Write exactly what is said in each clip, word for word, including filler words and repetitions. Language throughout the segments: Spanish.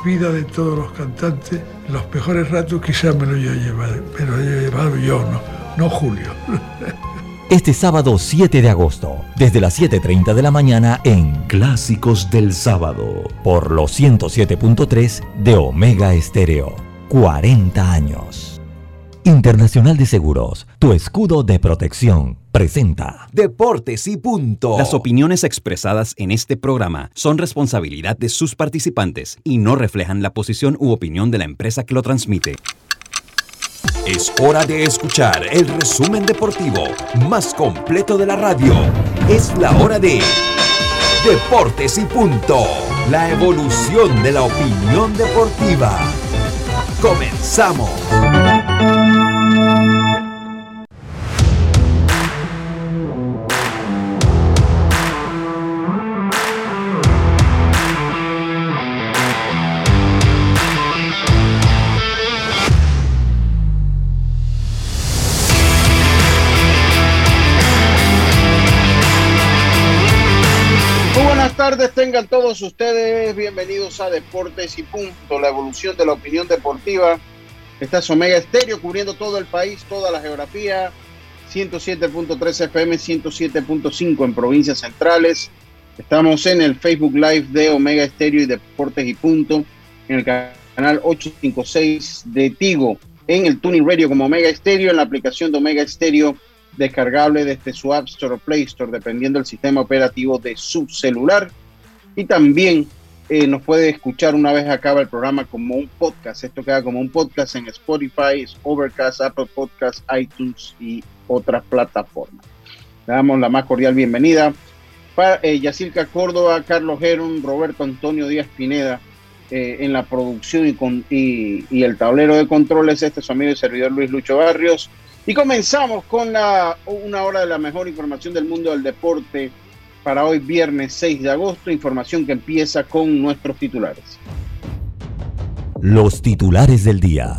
vida de todos los cantantes, los mejores ratos quizás me lo he llevado, me lo he llevado yo, no, no Julio. Este sábado siete de agosto, desde las siete y treinta de la mañana en Clásicos del Sábado, por los ciento siete punto tres de Omega Estéreo. cuarenta años. Internacional de Seguros, tu escudo de protección, presenta Deportes y Punto. Las opiniones expresadas en este programa son responsabilidad de sus participantes y no reflejan la posición u opinión de la empresa que lo transmite. Es hora de escuchar el resumen deportivo más completo de la radio. Es la hora de Deportes y Punto. La evolución de la opinión deportiva. ¡Comenzamos! Buenas tardes, tengan todos ustedes bienvenidos a Deportes y Punto, la evolución de la opinión deportiva. Esta es Omega Estéreo, cubriendo todo el país, toda la geografía, ciento siete punto tres F M, ciento siete punto cinco en provincias centrales. Estamos en el Facebook Live de Omega Estéreo y Deportes y Punto, en el canal ochocientos cincuenta y seis de Tigo, en el Tuning Radio como Omega Estéreo, en la aplicación de Omega Estéreo, descargable desde su App Store o Play Store, dependiendo del sistema operativo de su celular. Y también eh, nos puede escuchar una vez acaba el programa como un podcast. Esto queda como un podcast en Spotify, Overcast, Apple Podcasts, iTunes y otras plataformas. Le damos la más cordial bienvenida para eh, Yacirca Córdoba, Carlos Geron, Roberto Antonio Díaz Pineda eh, en la producción y, con, y, y el tablero de controles. Este es su amigo y servidor Luis Lucho Barrios. Y comenzamos con la, una hora de la mejor información del mundo del deporte para hoy viernes seis de agosto, información que empieza con nuestros titulares. Los titulares del día.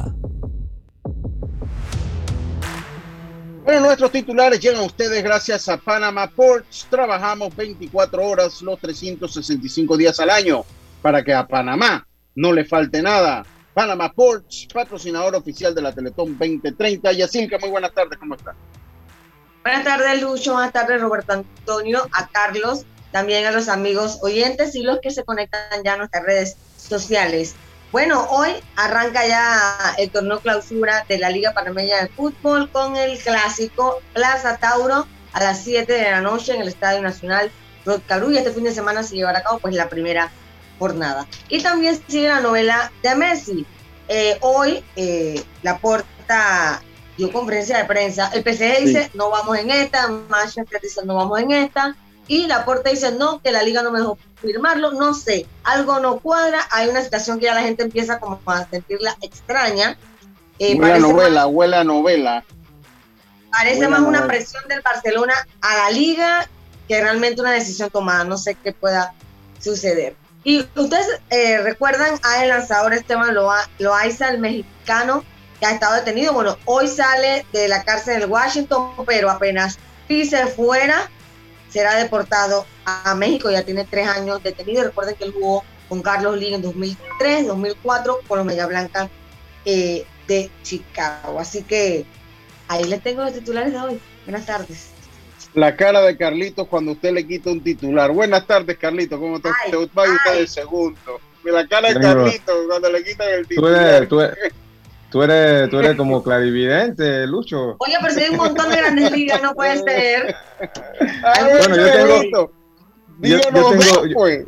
Bueno, nuestros titulares llegan a ustedes gracias a Panama Ports. Trabajamos veinticuatro horas los trescientos sesenta y cinco días al año para que a Panamá no le falte nada. Panama Ports, patrocinador oficial de la Teletón veinte treinta. Yacirca, muy buenas tardes, ¿cómo está? Buenas tardes, Lucho. Buenas tardes, Roberto Antonio, a Carlos, también a los amigos oyentes y los que se conectan ya a nuestras redes sociales. Bueno, hoy arranca ya el torneo clausura de la Liga Panameña de Fútbol con el clásico Plaza Tauro a las siete de la noche en el Estadio Nacional Rod Caru, y este fin de semana se llevará a cabo pues la primera jornada. Y también sigue la novela de Messi. Eh, hoy eh, Laporta dio conferencia de prensa. El P S G dice, sí, no vamos en esta. Manchester dice, no vamos en esta. Y Laporta dice, no, que la liga no me dejó firmarlo. No sé, algo no cuadra. Hay una situación que ya la gente empieza como a sentirla extraña. Eh, huele a novela, más, huele a novela. Parece huele más novela. Una presión del Barcelona a la liga que realmente una decisión tomada. No sé qué pueda suceder. Y ustedes eh, recuerdan a el lanzador Esteban Loa, Loaiza, el mexicano, que ha estado detenido. Bueno, hoy sale de la cárcel de Washington, pero apenas pise fuera, será deportado a México. Ya tiene tres años detenido. Recuerden que él jugó con Carlos Lee en dos mil tres, dos mil cuatro, con los Media Blancas eh, de Chicago. Así que ahí les tengo los titulares de hoy. Buenas tardes. La cara de Carlitos cuando usted le quita un titular. Buenas tardes, Carlitos. ¿Cómo está usted? Va usted de segundo. La cara de Carlitos cuando le quitan el titular. Tú eres, tú eres, tú eres, tú eres como clarividente, Lucho. Oye, pero si hay un montón de grandes ligas, no puede ser. Ay, bueno, yo tengo... Yo, yo tengo... Yo,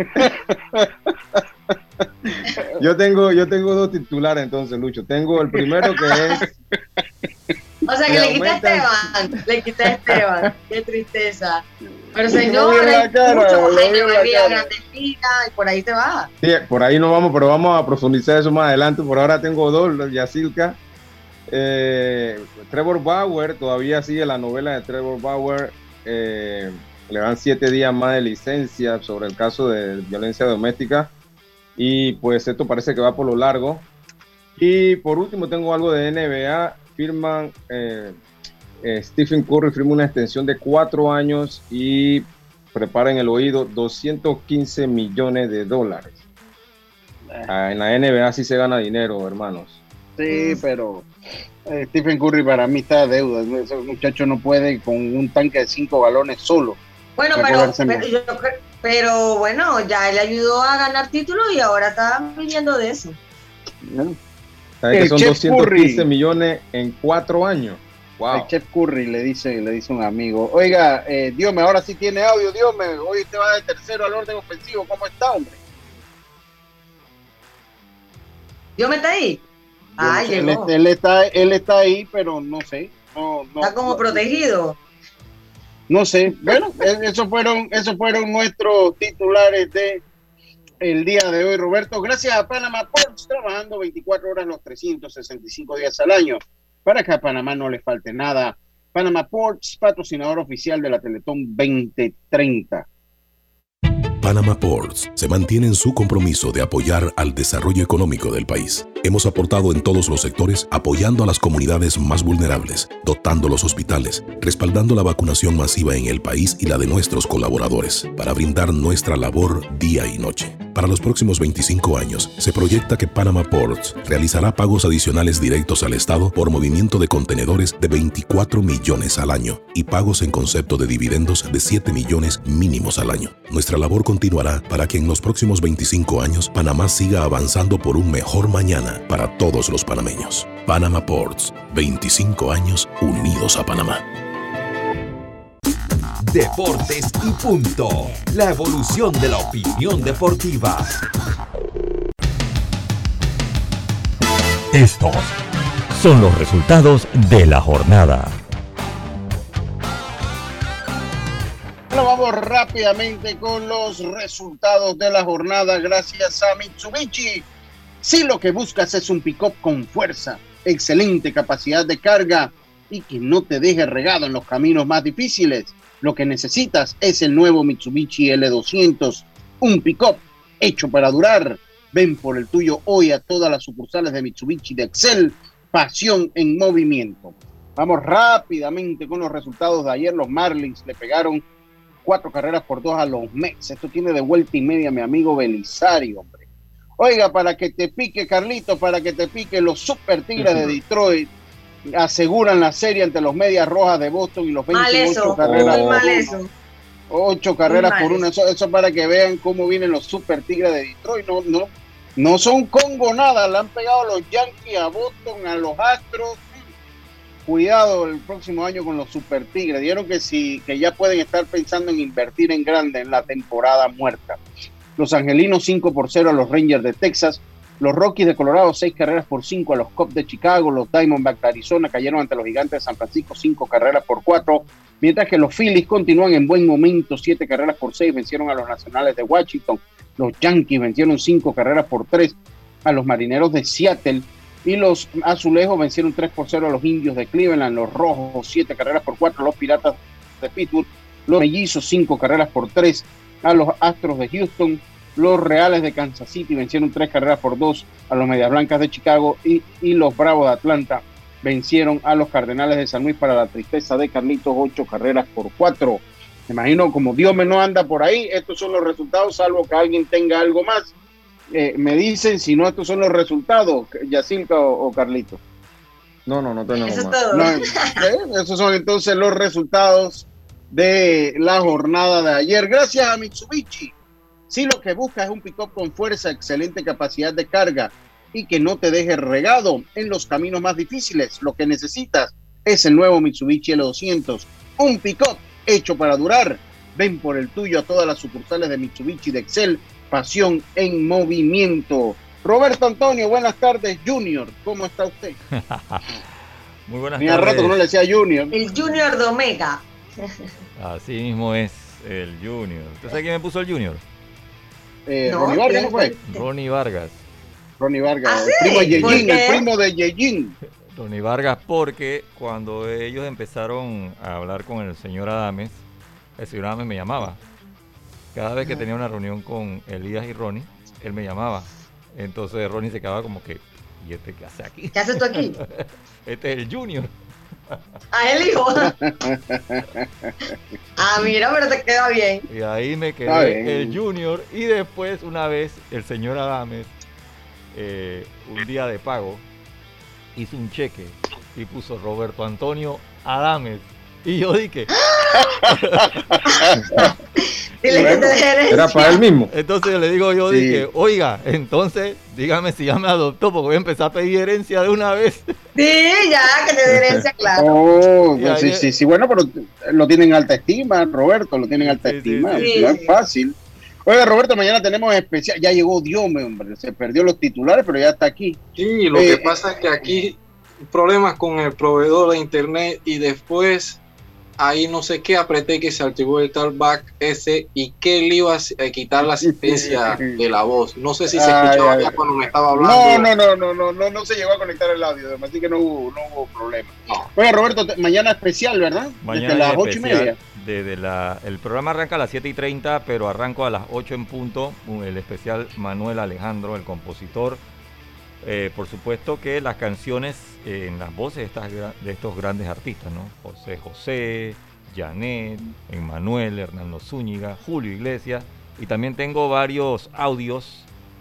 yo tengo yo tengo dos titulares entonces, Lucho. Tengo el primero que es... O sea que le quité a Esteban, le quité a Esteban, qué tristeza. Pero señores, mucho Jaime María, Grandes Ligas, y por ahí te va. Sí, por ahí no vamos, pero vamos a profundizar eso más adelante. Por ahora tengo dos, Yacirca. Eh, Trevor Bauer, todavía sigue la novela de Trevor Bauer. Eh, le dan siete días más de licencia sobre el caso de violencia doméstica. Y pues esto parece que va por lo largo. Y por último tengo algo de N B A. Firman, eh, eh, Stephen Curry firma una extensión de cuatro años y preparen el oído, doscientos quince millones de dólares. Ah, en la N B A sí se gana dinero, hermanos. Sí, pero eh, Stephen Curry para mí está de deuda. Ese muchacho no puede con un tanque de cinco galones solo. Bueno, pero, pero, yo, pero bueno, ya le ayudó a ganar títulos y ahora está viviendo de eso. Bueno, ¿sabes que son doscientos quince Curry. Millones en cuatro años? Wow. El Chef Curry le dice, le dice un amigo. Oiga, eh, Diome, ahora sí tiene audio, Diome. Hoy usted va de tercero al orden ofensivo. ¿Cómo está, hombre? ¿Diome está ahí? Ah, él, llegó. Él está, él está ahí, pero no sé. No, no, está como no, protegido. No sé. Bueno, esos fueron, esos fueron nuestros titulares de el día de hoy, Roberto. Gracias a Panama Ports, trabajando veinticuatro horas los trescientos sesenta y cinco días al año, para que a Panamá no le falte nada. Panama Ports, patrocinador oficial de la Teletón veinte treinta. Panama Ports se mantiene en su compromiso de apoyar al desarrollo económico del país. Hemos aportado en todos los sectores, apoyando a las comunidades más vulnerables, dotando los hospitales, respaldando la vacunación masiva en el país y la de nuestros colaboradores, para brindar nuestra labor día y noche. Para los próximos veinticinco años, se proyecta que Panama Ports realizará pagos adicionales directos al Estado por movimiento de contenedores de veinticuatro millones al año y pagos en concepto de dividendos de siete millones mínimos al año. Nuestra labor continuará para que en los próximos veinticinco años Panamá siga avanzando por un mejor mañana para todos los panameños. Panama Ports, veinticinco años unidos a Panamá. Deportes y punto. La evolución de la opinión deportiva. Estos son los resultados de la jornada. Bueno, vamos rápidamente con los resultados de la jornada gracias a Mitsubishi. Si lo que buscas es un pick-up con fuerza, excelente capacidad de carga y que no te deje regado en los caminos más difíciles, lo que necesitas es el nuevo Mitsubishi L doscientos, un pick-up hecho para durar. Ven por el tuyo hoy a todas las sucursales de Mitsubishi de Excel, pasión en movimiento. Vamos rápidamente con los resultados de ayer. Los Marlins le pegaron cuatro carreras por dos a los Mets. Esto tiene de vuelta y media mi amigo Belisario, hombre. Oiga, para que te pique, Carlito, para que te pique, los Super Tigres de Detroit aseguran la serie ante los Medias Rojas de Boston y los veintiocho carreras muy por mal una. eso. Ocho carreras Muy por mal una. Eso, eso para que vean cómo vienen los Super Tigres de Detroit. No, no, no son Congo nada. Le han pegado a los Yankees, a Boston, a los Astros. Cuidado el próximo año con los Super Tigres. Dieron que sí, que ya pueden estar pensando en invertir en grande en la temporada muerta. Los Angelinos cinco por cero a los Rangers de Texas. Los Rockies de Colorado seis carreras por cinco a los Cubs de Chicago. Los Diamondbacks de Arizona cayeron ante los Gigantes de San Francisco cinco carreras por cuatro. Mientras que los Phillies continúan en buen momento, siete carreras por seis, vencieron a los Nacionales de Washington. Los Yankees vencieron cinco carreras por tres a los Marineros de Seattle. Y los Azulejos vencieron tres por cero a los Indios de Cleveland. Los Rojos siete carreras por cuatro a los Piratas de Pittsburgh. Los Mellizos cinco carreras por tres a los Astros de Houston. Los Reales de Kansas City vencieron tres carreras por dos a los Medias Blancas de Chicago. Y, y los Bravos de Atlanta vencieron a los Cardenales de San Luis, para la tristeza de Carlitos, ocho carreras por cuatro. Me imagino, como Dios me no anda por ahí, estos son los resultados, salvo que alguien tenga algo más. Eh, me dicen si no, estos son los resultados, Yacilca o, o Carlito. No, no, no tenemos Eso más. es todo. No, ¿eh? Esos son entonces los resultados de la jornada de ayer. Gracias a Mitsubishi. Si lo que buscas es un pick-up con fuerza, excelente capacidad de carga y que no te deje regado en los caminos más difíciles, lo que necesitas es el nuevo Mitsubishi L doscientos, un pick-up hecho para durar. Ven por el tuyo a todas las sucursales de Mitsubishi de Excel, pasión en movimiento. Roberto Antonio, buenas tardes. Junior, ¿cómo está usted? Muy buenas Mira, tardes. rato que no le decía Junior. El Junior de Omega. Así mismo es el Junior. ¿Usted sabe quién me puso el Junior? Eh, No, Ronnie Vargas, ¿no fue? Ronnie Vargas. Ronnie Vargas, ¿Ah, el sí? primo de ¿Por Yejin, qué? el primo de Yejin. Ronnie Vargas, porque cuando ellos empezaron a hablar con el señor Adames, el señor Adames me llamaba. Cada vez que tenía una reunión con Elías y Ronnie, él me llamaba. Entonces Ronnie se quedaba como que, ¿y este qué hace aquí? ¿Qué haces tú aquí? Este es el Junior. A el hijo. Ah, mira, pero te queda bien. Y ahí me Está quedé bien. el Junior. Y después, una vez, el señor Adames eh, un día de pago, hizo un cheque y puso Roberto Antonio Adames. Y yo dije... Bueno, era para él mismo. Entonces le digo yo, Sí. dije, oiga, entonces dígame si ya me adoptó, porque voy a empezar a pedir herencia de una vez. Sí, ya, que te dé herencia, claro. Oh, Y pues sí, ahí- sí, sí, bueno, pero lo tienen en alta estima, Roberto, lo tienen en alta Sí, sí, estima, sí. no es fácil. Oiga, Roberto, mañana tenemos especial, ya llegó Diome, hombre, se perdió los titulares, pero ya está aquí. Sí, lo Eh, que pasa es que aquí problemas con el proveedor de internet y después ahí no sé qué apreté que se activó el talkback ese y que le iba a quitar la asistencia de la voz. No sé si se Ay, escuchaba ay, ya ay. cuando me estaba No, hablando. no, no, no, no, no, no se llegó a conectar el audio, así que no hubo, no hubo problema. Oiga, Roberto, te- mañana especial, ¿verdad? Mañana Desde las es ocho y especial, media. Desde la, el programa arranca a las siete y treinta, pero arranco a las ocho en punto. El especial Manuel Alejandro, el compositor. Eh, por supuesto que las canciones eh, en las voces de, estas, gra- de estos grandes artistas, ¿no? José José, Janet, Emmanuel, Hernando Zúñiga, Julio Iglesias. Y también tengo varios audios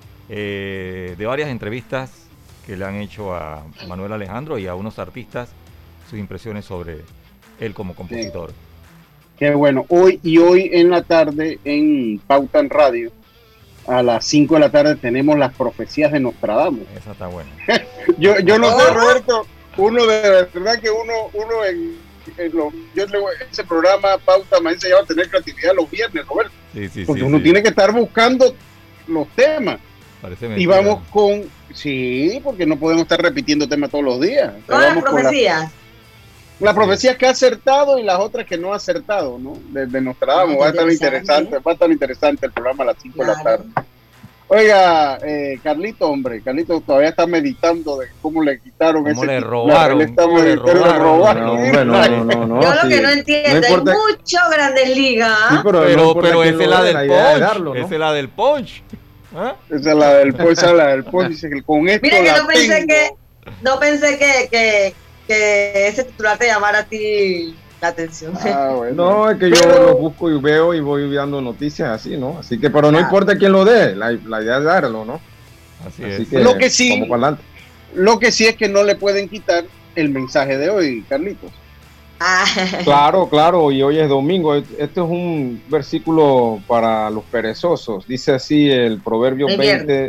eh, de varias entrevistas que le han hecho a Manuel Alejandro y a unos artistas, sus impresiones sobre él como compositor. Qué bueno. Hoy y hoy en la tarde en Pauta en Radio, a las cinco de la tarde tenemos las profecías de Nostradamus. Esa está buena. Yo, yo no sé, Roberto, uno de verdad que uno, uno en, en lo- yo le- ese programa Pauta me ha enseñado a tener creatividad los viernes, Roberto, Sí, sí, porque sí, uno sí. tiene que estar buscando los temas. Parece Y mentira. vamos con, sí, porque no podemos estar repitiendo temas todos los días. Todas las Vamos con la- profecías. Las profecías que ha acertado y las otras que no ha acertado, ¿no? Desde Nostradamus. Ah, Va a estar interesante. interesante, va a estar interesante el programa a las cinco de la Claro. tarde. Oiga, eh, Carlito, hombre, Carlito todavía está meditando de cómo le quitaron Cómo ese le titular. robaron, Él está cómo le meditando, robaron. robaron. No, hombre, no, no, no, no, Yo lo sí. que no entiendo, No importa- hay muchos Grandes Ligas. Sí, pero, no Pero, importa pero quién esa es lo la dé, del idea es punch. darlo, ¿no? Esa es la del punch. ¿Ah? Esa es la del pollo, esa es la del pollo. Dice que con esto Mira que la no pensé tengo. que, no pensé que, que, que ese titular te llamara a ti la atención. Ah, bueno. No, es que yo Pero- lo busco y veo y voy dando noticias así, ¿no? Así que, pero no Claro. importa quién lo dé, la, la idea es darlo, ¿no? Así Así es. que, Lo que sí- vamos para adelante. Lo que sí es que no le pueden quitar el mensaje de hoy, Carlitos. Ah, Claro, claro, y hoy es domingo. Este es un versículo para los perezosos. Dice así el Proverbio El veinte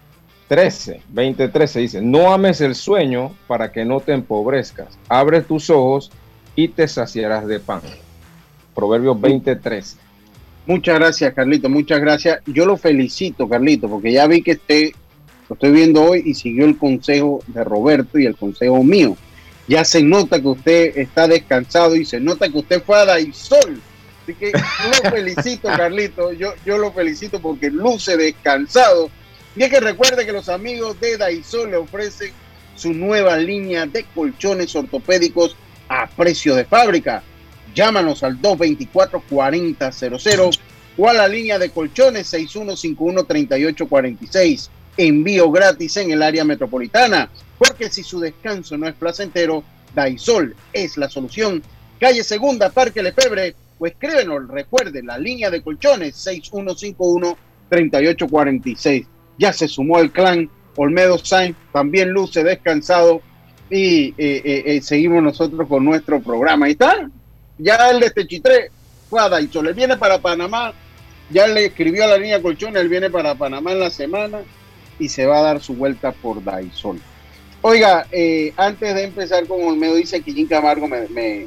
trece. veinte trece dice: No ames el sueño para que no te empobrezcas. Abre tus ojos y te saciarás de pan. Proverbio veinte trece. Muchas gracias, Carlito, muchas gracias. Yo lo felicito, Carlito, porque ya vi que este, lo estoy viendo hoy y siguió el consejo de Roberto y el consejo mío. Ya se nota que usted está descansado y se nota que usted fue a Daisol. Así que lo felicito, Carlito. Yo, yo lo felicito porque luce descansado. Y es que recuerde que los amigos de Daisol le ofrecen su nueva línea de colchones ortopédicos a precio de fábrica. Llámanos al dos veinticuatro, cuarenta cero cero o a la línea de colchones seis uno cinco uno, tres ocho cuatro seis. Envío gratis en el área metropolitana, porque si su descanso no es placentero, Daisol es la solución. Calle Segunda, Parque Lefebvre, o escríbenos, recuerde, la línea de colchones seis uno cinco uno, tres ocho cuatro seis. Ya se sumó al clan Olmedo Sainz, también luce descansado y eh, eh, eh, seguimos nosotros con nuestro programa. Ahí está. Ya el de Techitré fue a Daisol, él viene para Panamá, ya le escribió a la línea colchones, él viene para Panamá en la semana y se va a dar su vuelta por Daisol. Oiga, eh, antes de empezar con Olmedo, dice que Jim Camargo me, me,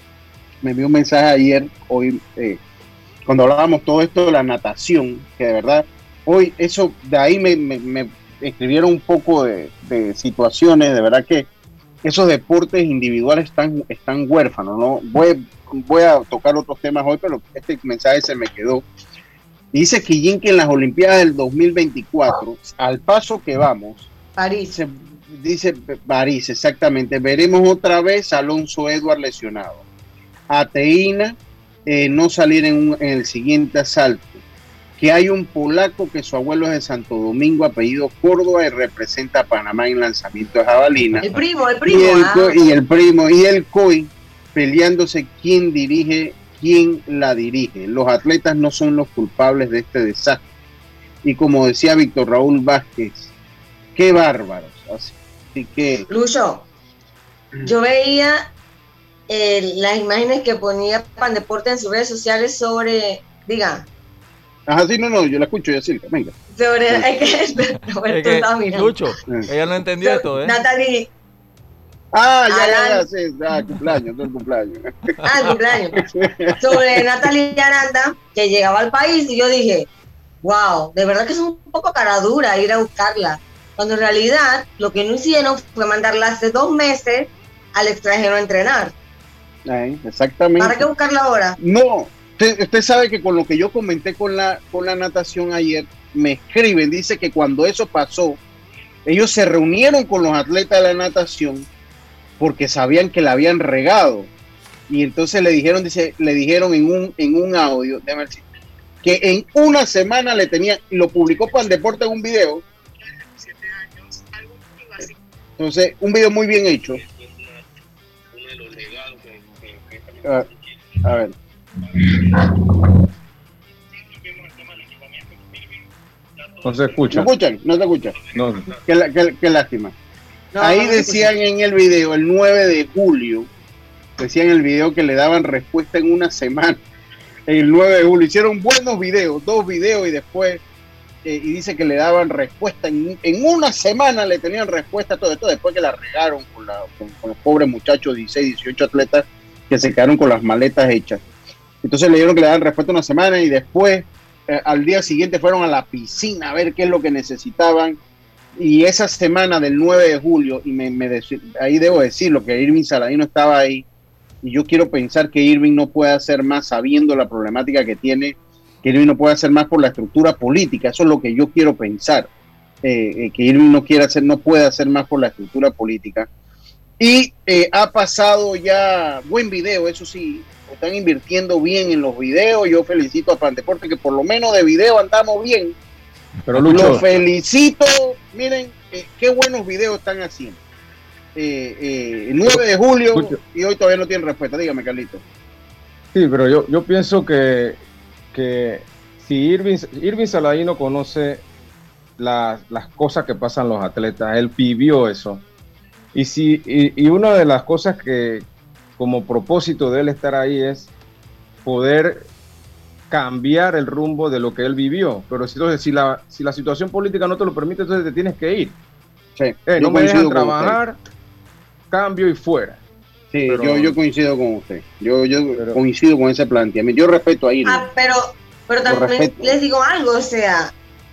me envió un mensaje ayer, hoy, eh, cuando hablábamos todo esto de la natación, que de verdad, hoy eso, de ahí me, me, me escribieron un poco de, de situaciones, de verdad que esos deportes individuales están, están huérfanos, ¿no? Voy, voy a tocar otros temas hoy, pero este mensaje se me quedó. Dice Quillín que en las Olimpiadas del dos mil veinticuatro, al paso que vamos, París. dice, dice París, exactamente, veremos otra vez a Alonso Edward lesionado, a Teína eh, no salir en, un, en el siguiente asalto, que hay un polaco que su abuelo es de Santo Domingo, apellido Córdoba, y representa a Panamá en lanzamiento de jabalina. El primo, el primo. Y el, ah. co- y el primo, y el C O I peleándose quién dirige, quién la dirige. Los atletas no son los culpables de este desastre. Y como decía Víctor Raúl Vázquez, qué bárbaros. Así que... Lucho, yo veía eh, las imágenes que ponía Pandeporte en sus redes sociales sobre, diga. Ajá, sí, no, no, yo la escucho, ya sí, venga. Sobre, sí. es que, es que Lucho, ella no entendía so, esto, ¿eh? Natalie. Ah, ya, ya, ya, sí, ah, cumpleaños, todo el cumpleaños. Ah, el cumpleaños. Sobre Natalie Aranda, que llegaba al país, y yo dije, wow, de verdad que es un poco cara dura ir a buscarla. Cuando en realidad lo que no hicieron fue mandarla hace dos meses al extranjero a entrenar. Ay, exactamente. ¿Para qué buscarla ahora? No, usted, usted sabe que con lo que yo comenté con la, con la natación ayer, me escriben, dice que cuando eso pasó, ellos se reunieron con los atletas de la natación porque sabían que la habían regado. Y entonces le dijeron, dice, le dijeron en un, en un audio, déjame decir, que en una semana le tenían, y lo publicó Pandeporte en un video. Entonces, un video muy bien hecho. A, a ver. No se escucha. ¿No escuchan? ¿No se escucha? No. Qué, qué, qué lástima. No, Ahí no decían en el video, el nueve de julio, decían en el video que le daban respuesta en una semana. El nueve de julio hicieron buenos videos, dos videos y después, eh, y dice que le daban respuesta. En, en una semana le tenían respuesta a todo esto, después que la regaron con, la, con, con los pobres muchachos, dieciséis, dieciocho atletas que se quedaron con las maletas hechas. Entonces le dieron que le daban respuesta una semana y después, eh, al día siguiente fueron a la piscina a ver qué es lo que necesitaban. Y esa semana del nueve de julio, y me, me dec- ahí debo decirlo, que Irving Saladino estaba ahí, y yo quiero pensar que Irving no puede hacer más sabiendo la problemática que tiene, que Irving no puede hacer más por la estructura política, eso es lo que yo quiero pensar, eh, eh, que Irving no quiere hacer, no puede hacer más por la estructura política. Y eh, ha pasado ya, buen video, eso sí, están invirtiendo bien en los videos, yo felicito a Pandeporte que por lo menos de video andamos bien. Pero Lucho, los felicito, miren, eh, qué buenos videos están haciendo. Eh, eh, nueve de julio Lucho. Y hoy todavía no tienen respuesta, dígame Carlito. Sí, pero yo, yo pienso que, que si Irving, Irving Saladino conoce la, las cosas que pasan los atletas, él vivió eso. Y, si, y, y una de las cosas que como propósito de él estar ahí es poder cambiar el rumbo de lo que él vivió, pero si, entonces, si, la, si la situación política no te lo permite, entonces te tienes que ir. Sí, eh, no me dejan trabajar, cambio y fuera. Sí, pero, yo, yo coincido con usted, yo, yo pero, coincido con ese planteamiento, yo respeto a Irving. Ah, pero, pero también les digo algo, o sea,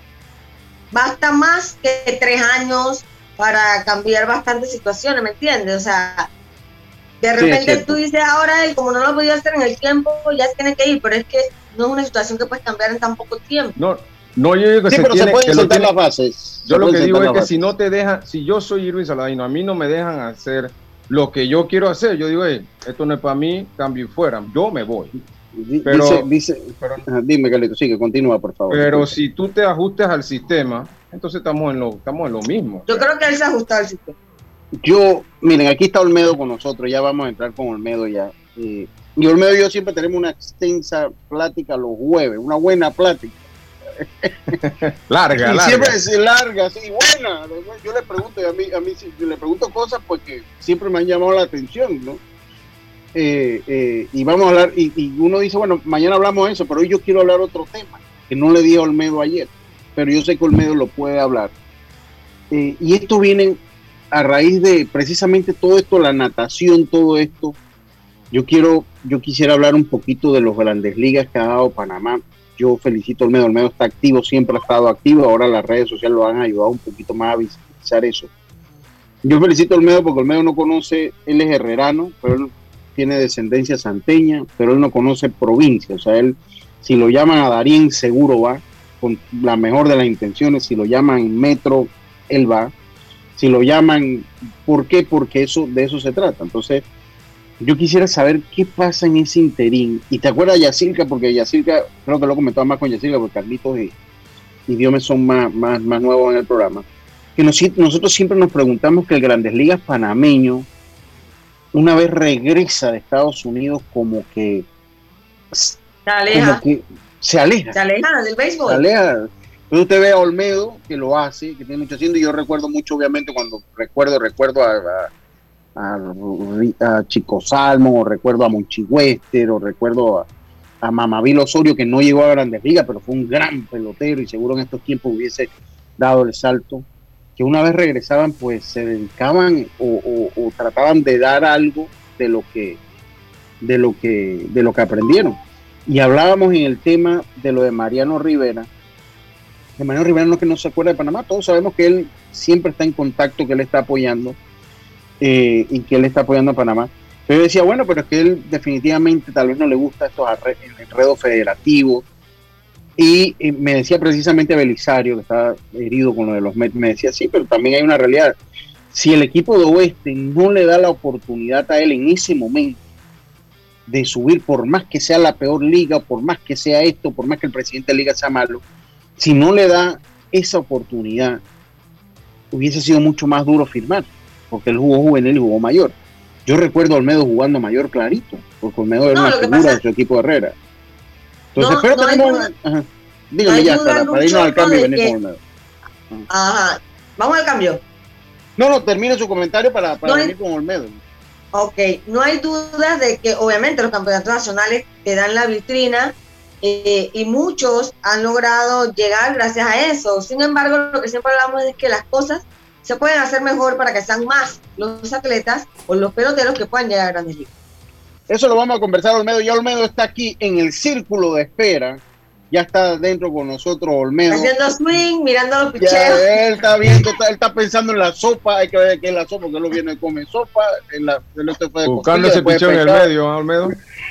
basta más que tres años para cambiar bastantes situaciones, ¿me entiendes? O sea, de repente sí, tú dices ahora, y como no lo he podido hacer en el tiempo, ya tiene que ir, pero es que no es una situación que puedes cambiar en tan poco tiempo. No, no yo digo que sí, se pero tiene, se pueden soltar las bases. Yo lo que digo es que bases. si no te dejan, si yo soy Irving Saladino, a mí no me dejan hacer lo que yo quiero hacer, yo digo, hey, esto no es para mí, cambio y fuera, yo me voy. Pero, dice, dice, pero dime, Carlito, sigue, continúa, por favor. Pero si tú te ajustes al sistema, entonces estamos en lo, estamos en lo mismo. Yo creo que él se ajustó al sistema. Yo, miren, aquí está Olmedo con nosotros, ya vamos a entrar con Olmedo ya. Eh, y Olmedo y yo siempre tenemos una extensa plática los jueves, una buena plática. larga, y larga. Siempre es larga, sí, buena. Yo le pregunto, y a mí, a mí yo le pregunto cosas porque siempre me han llamado la atención, ¿no? Eh, eh, y vamos a hablar, y, y uno dice, bueno, mañana hablamos de eso, pero hoy yo quiero hablar otro tema, que no le di a Olmedo ayer, pero yo sé que Olmedo lo puede hablar. Eh, y esto viene a raíz de precisamente todo esto, la natación, todo esto. Yo quiero, yo quisiera hablar un poquito de los Grandes Ligas que ha dado Panamá. Yo felicito a Olmedo, Olmedo está activo, siempre ha estado activo, ahora las redes sociales lo han ayudado un poquito más a visibilizar eso. Yo felicito a Olmedo porque Olmedo no conoce, él es herrerano, pero él tiene descendencia santeña, pero él no conoce provincia, o sea, él, si lo llaman a Darién, seguro va, con la mejor de las intenciones, si lo llaman Metro, él va, si lo llaman, ¿por qué? Porque eso, de eso se trata. Entonces, yo quisiera saber qué pasa en ese interín. Y te acuerdas de Yacirca, porque Yacirca, creo que lo comentaba más con Yacirca, porque Carlitos y, y Diome son más, más, más nuevos en el programa, que nos, nosotros siempre nos preguntamos que el Grandes Ligas panameño, una vez regresa de Estados Unidos, como que se aleja, como que se aleja, se aleja del béisbol. Se aleja. Entonces usted ve a Olmedo, que lo hace, que tiene mucho haciendo, y yo recuerdo mucho, obviamente, cuando recuerdo, recuerdo a, a, a, a Chico Salmo, o recuerdo a Monchi Wester, o recuerdo a, a Mamavil Osorio, que no llegó a Grandes Ligas, pero fue un gran pelotero, y seguro en estos tiempos hubiese dado el salto, que una vez regresaban, pues se dedicaban o, o, o trataban de dar algo de lo que, de lo que, de lo que aprendieron. Y hablábamos en el tema de lo de Mariano Rivera. De Mariano Rivera no es que no se acuerda de Panamá, todos sabemos que él siempre está en contacto, que él está apoyando eh, y que él está apoyando a Panamá. Pero yo decía, bueno, pero es que él definitivamente tal vez no le gusta estos enredos federativos. Y, y me decía precisamente Belisario, que estaba herido con lo de los Mets, me decía, sí, pero también hay una realidad. Si el equipo de Oeste no le da la oportunidad a él en ese momento de subir, por más que sea la peor liga, por más que sea esto, por más que el presidente de la liga sea malo, si no le da esa oportunidad, hubiese sido mucho más duro firmar, porque él jugó juvenil y jugó mayor. Yo recuerdo a Olmedo jugando mayor clarito, porque Olmedo era no, una figura pasa... de su equipo de Herrera. Entonces, no, pero no tenemos... Duda, Ajá. Dígame no ya, para, para irnos al cambio y venir que... con Olmedo. Ajá. Ajá, vamos al cambio. No, no, termine su comentario para, para no venir hay... con Olmedo. Ok, no hay dudas de que obviamente los campeonatos nacionales te dan la vitrina eh, y muchos han logrado llegar gracias a eso. Sin embargo, lo que siempre hablamos es que las cosas se pueden hacer mejor para que sean más los atletas o los peloteros que puedan llegar a Grandes Ligas. Eso lo vamos a conversar, Olmedo. Ya Olmedo está aquí en el círculo de espera. Ya está dentro con nosotros, Olmedo. Haciendo swing, mirando los picheos. Ya, él está viendo, está, él está pensando en la sopa. Hay que ver qué es la sopa, que él lo viene a comer sopa. En la, en este fue de buscando costilla, ese picheo en el medio, ¿eh, Olmedo?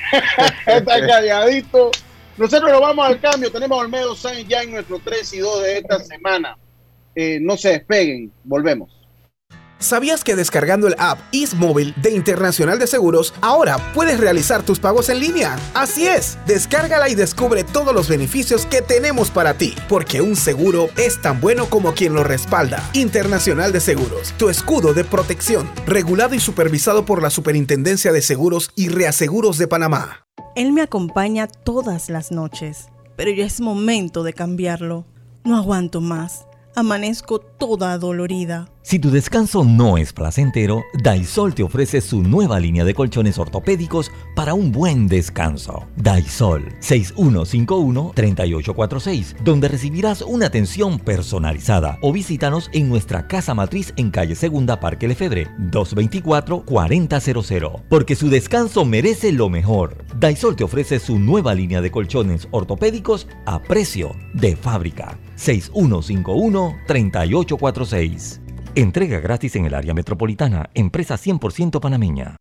Está calladito. Nosotros nos vamos al cambio. Tenemos a Olmedo Sáenz ya en nuestro tres y dos de esta semana. Eh, no se despeguen. Volvemos. ¿Sabías que descargando el app ISMóvil de Internacional de Seguros, ahora puedes realizar tus pagos en línea? Así es, descárgala y descubre todos los beneficios que tenemos para ti, porque un seguro es tan bueno como quien lo respalda. Internacional de Seguros, tu escudo de protección, regulado y supervisado por la Superintendencia de Seguros y Reaseguros de Panamá. Él me acompaña todas las noches, pero ya es momento de cambiarlo. No aguanto más. Amanezco toda adolorida. Si tu descanso no es placentero, Daisol te ofrece su nueva línea de colchones ortopédicos para un buen descanso. Daisol seis uno cinco uno, tres ocho cuatro seis, donde recibirás una atención personalizada. O visítanos en nuestra casa matriz en calle Segunda, Parque Lefebvre, dos veinticuatro, cuarenta cero. Porque su descanso merece lo mejor. Daisol te ofrece su nueva línea de colchones ortopédicos a precio de fábrica. seis uno cinco uno, tres ocho cuatro seis. Entrega gratis en el área metropolitana. Empresa cien por ciento panameña.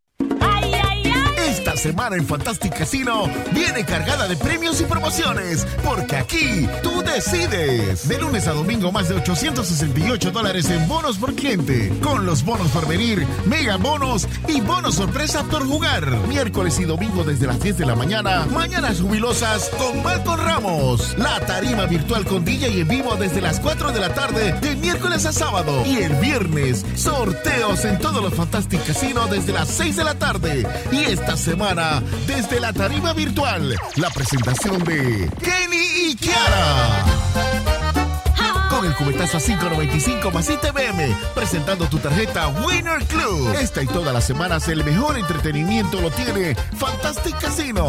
Esta semana en Fantastic Casino viene cargada de premios y promociones, porque aquí tú decides. De lunes a domingo, más de ochocientos sesenta y ocho dólares en bonos por cliente, con los bonos por venir, mega bonos y bonos sorpresa por jugar. Miércoles y domingo desde las diez de la mañana, mañanas jubilosas con Malcolm Ramos. La tarima virtual con D J en vivo desde las cuatro de la tarde, de miércoles a sábado. Y el viernes, sorteos en todos los Fantastic Casino desde las seis de la tarde. Y esta semana, desde la tarima virtual, la presentación de Kenny y Kiara. Con el cubetazo a cinco noventa y cinco más I T B M, presentando tu tarjeta Winner Club. Esta y todas las semanas el mejor entretenimiento lo tiene Fantastic Casino.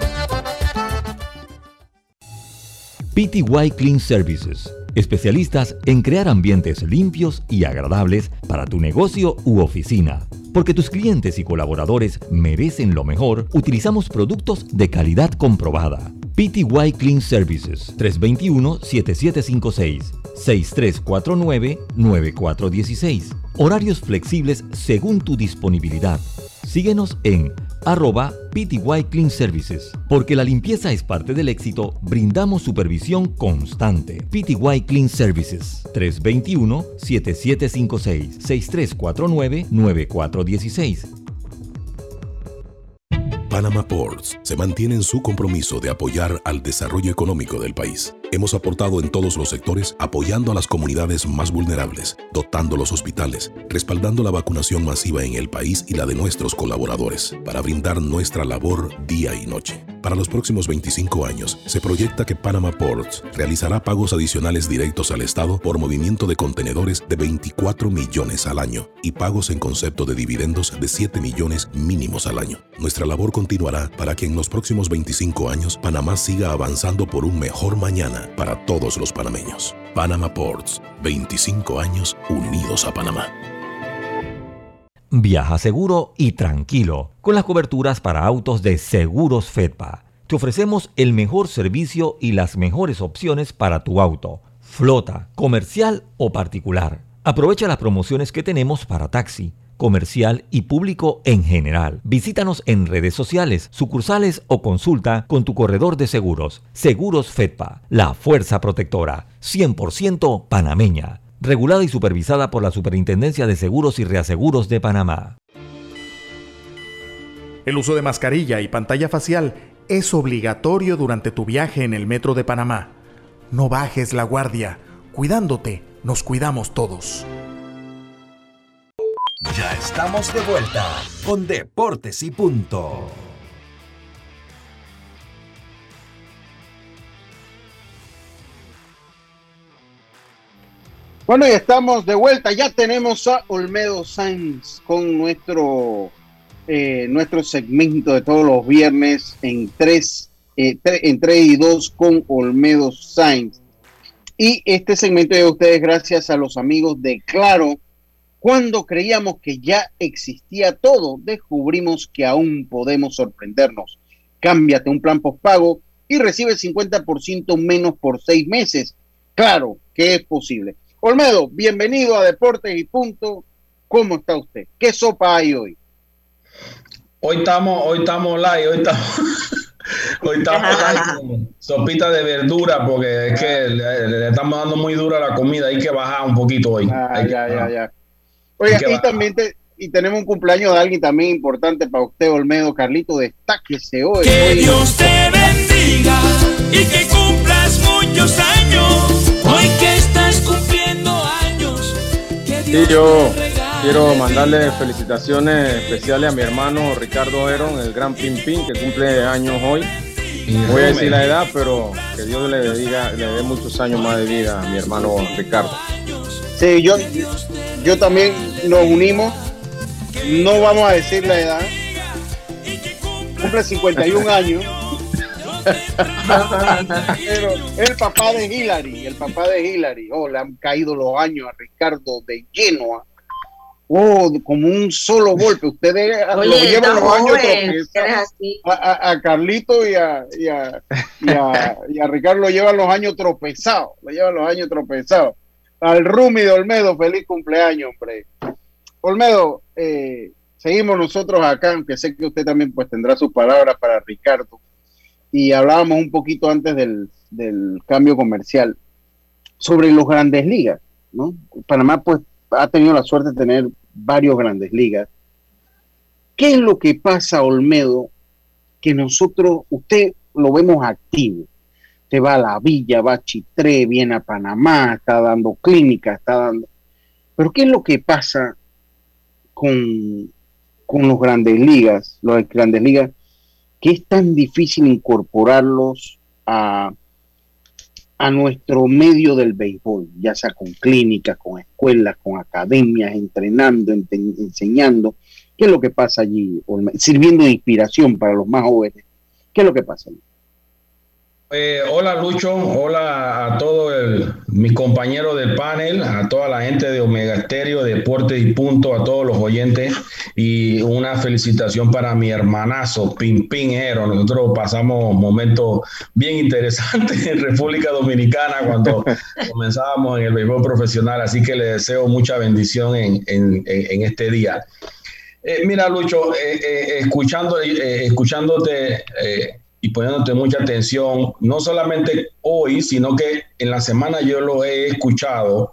P T Y Clean Services, especialistas en crear ambientes limpios y agradables para tu negocio u oficina. Porque tus clientes y colaboradores merecen lo mejor, utilizamos productos de calidad comprobada. P T Y Clean Services, tres dos uno, siete siete cinco seis, seis tres cuatro nueve, nueve cuatro uno seis. Horarios flexibles según tu disponibilidad. Síguenos en arroba P T Y Clean Services. Porque la limpieza es parte del éxito, brindamos supervisión constante. P T Y Clean Services, tres dos uno, siete siete cinco seis, seis tres cuatro nueve, nueve cuatro uno seis. Panama Ports se mantiene en su compromiso de apoyar al desarrollo económico del país. Hemos aportado en todos los sectores, apoyando a las comunidades más vulnerables, dotando los hospitales, respaldando la vacunación masiva en el país y la de nuestros colaboradores, para brindar nuestra labor día y noche. Para los próximos veinticinco años, se proyecta que Panama Ports realizará pagos adicionales directos al Estado por movimiento de contenedores de veinticuatro millones al año y pagos en concepto de dividendos de siete millones mínimos al año. Nuestra labor continuará para que en los próximos veinticinco años Panamá siga avanzando por un mejor mañana para todos los panameños. Panama Ports, veinticinco años unidos a Panamá. Viaja seguro y tranquilo con las coberturas para autos de Seguros Fedpa. Te ofrecemos el mejor servicio y las mejores opciones para tu auto, flota, comercial o particular. Aprovecha las promociones que tenemos para taxi, comercial y público en general. Visítanos en redes sociales, sucursales o consulta con tu corredor de seguros. Seguros Fedpa, la fuerza protectora, cien por ciento panameña. Regulada y supervisada por la Superintendencia de Seguros y Reaseguros de Panamá. El uso de mascarilla y pantalla facial es obligatorio durante tu viaje en el metro de Panamá. No bajes la guardia. Cuidándote, nos cuidamos todos. Ya estamos de vuelta con Deportes y Punto. Bueno, ya estamos de vuelta. Ya tenemos a Olmedo Sainz con nuestro, eh, nuestro segmento de todos los viernes en tres, eh, tre- en tres y dos con Olmedo Sainz. Y este segmento de ustedes gracias a los amigos de Claro. Cuando creíamos que ya existía todo, descubrimos que aún podemos sorprendernos. Cámbiate un plan postpago y recibe cincuenta por ciento menos por seis meses. Claro que es posible. Olmedo, bienvenido a Deportes y Punto. ¿Cómo está usted? ¿Qué sopa hay hoy? Hoy estamos, hoy estamos live, hoy estamos, hoy estamos live con sopita de verdura porque es que le, le estamos dando muy dura la comida, hay que bajar un poquito hoy. Ah, hay ya, que, ya, ya. Oiga, y bajar. también te, y tenemos un cumpleaños de alguien también importante para usted, Olmedo. Carlito, destáquese hoy. Que hoy. Dios te bendiga y que cumplas muchos años. Hoy que estás cumpliendo años. Que Dios Sí, yo te regale quiero mandarle felicitaciones especiales a mi hermano Ricardo Heron, el gran Pin Pin, que cumple años hoy. Voy a decir la edad, pero que Dios le diga, le dé muchos años más de vida a mi hermano Ricardo. Sí, yo, yo también nos unimos. No vamos a decir la edad. Cumple cincuenta y un años. Pero el papá de Hillary, el papá de Hillary, oh, le han caído los años a Ricardo de lleno. Oh, como un solo golpe. Ustedes Oye, lo llevan está los años joven, tropezados. eres así. A, a, a Carlito y a, y, a, y, a, y a Ricardo lo llevan los años tropezados. Lo llevan los años tropezados. Al Rumi de Olmedo, feliz cumpleaños, hombre. Olmedo, eh, seguimos nosotros acá, aunque sé que usted también pues tendrá sus palabras para Ricardo. Y hablábamos un poquito antes del, del cambio comercial sobre los Grandes Ligas, ¿no? Panamá pues ha tenido la suerte de tener varios Grandes Ligas. ¿Qué es lo que pasa, Olmedo, que nosotros, usted lo vemos activo? Usted va a la Villa, va a Chitré, viene a Panamá, está dando clínica, está dando... Pero ¿qué es lo que pasa con, con los Grandes Ligas, los Grandes Ligas, que es tan difícil incorporarlos a, a nuestro medio del béisbol, ya sea con clínicas, con escuelas, con academias, entrenando, ente- enseñando? ¿Qué es lo que pasa allí? Sirviendo de inspiración para los más jóvenes. ¿Qué es lo que pasa allí? Eh, hola Lucho, hola a todos mis compañeros del panel, a toda la gente de Omega Estéreo, Deportes y Punto, a todos los oyentes, y una felicitación para mi hermanazo Pin Pin Heron. Nosotros pasamos momentos bien interesantes en República Dominicana cuando comenzábamos en el béisbol profesional, así que le deseo mucha bendición en, en, en este día. Eh, mira Lucho, eh, eh, escuchando, eh, escuchándote eh, y poniéndote mucha atención, no solamente hoy, sino que en la semana yo lo he escuchado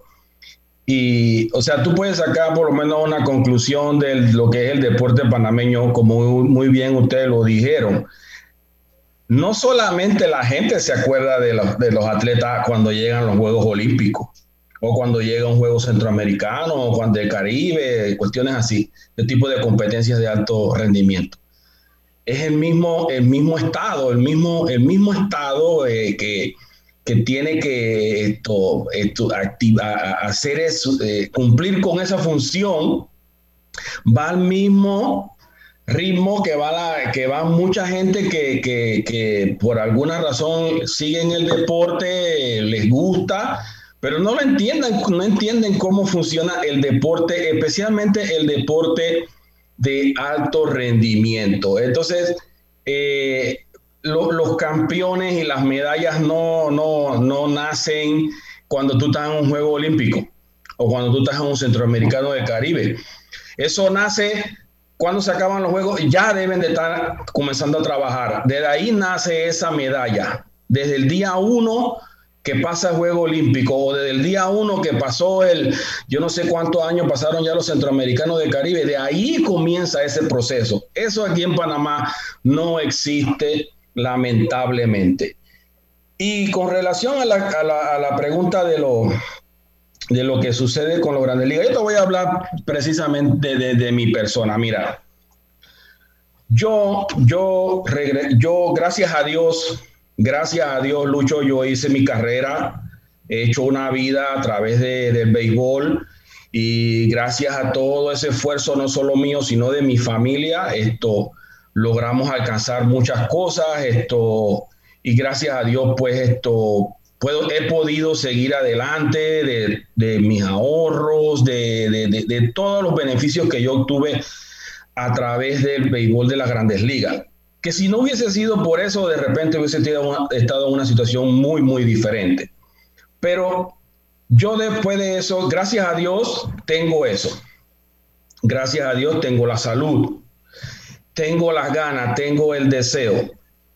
y, o sea, tú puedes sacar por lo menos una conclusión de lo que es el deporte panameño, como muy, muy bien ustedes lo dijeron. No solamente la gente se acuerda de los, de los atletas cuando llegan los Juegos Olímpicos, o cuando llega un juego centroamericano, o cuando el Caribe, cuestiones así, de tipo de competencias de alto rendimiento. es el mismo, el mismo Estado, el mismo, el mismo Estado eh, que, que tiene que esto, esto, activa, hacer eso, eh, cumplir con esa función, va al mismo ritmo que va, la, que va mucha gente que, que, que por alguna razón siguen el deporte, les gusta, pero no lo entienden, no entienden cómo funciona el deporte, especialmente el deporte de alto rendimiento. Entonces, eh, lo, los campeones y las medallas no, no, no nacen cuando tú estás en un juego olímpico o cuando tú estás en un centroamericano del Caribe. Eso nace cuando se acaban los juegos, ya deben de estar comenzando a trabajar. Desde ahí nace esa medalla. Desde el día uno que pasa el juego olímpico, o desde el día uno que pasó el, yo no sé cuántos años pasaron ya los centroamericanos del Caribe, de ahí comienza ese proceso. Eso aquí en Panamá no existe, lamentablemente. Y con relación a la, a la, a la pregunta de lo, de lo que sucede con los Grandes Ligas, yo te voy a hablar precisamente de, de, de mi persona. Mira, yo, yo, regre, yo, gracias a Dios, Gracias a Dios, Lucho, yo hice mi carrera, he hecho una vida a través de, del béisbol y gracias a todo ese esfuerzo, no solo mío, sino de mi familia, esto, logramos alcanzar muchas cosas, esto, y gracias a Dios, pues, esto, puedo, he podido seguir adelante de, de mis ahorros, de, de, de, de todos los beneficios que yo obtuve a través del béisbol de las Grandes Ligas. Que si no hubiese sido por eso, de repente hubiese estado en una situación muy, muy diferente. Pero yo después de eso, gracias a Dios, tengo eso. Gracias a Dios tengo la salud, tengo las ganas, tengo el deseo.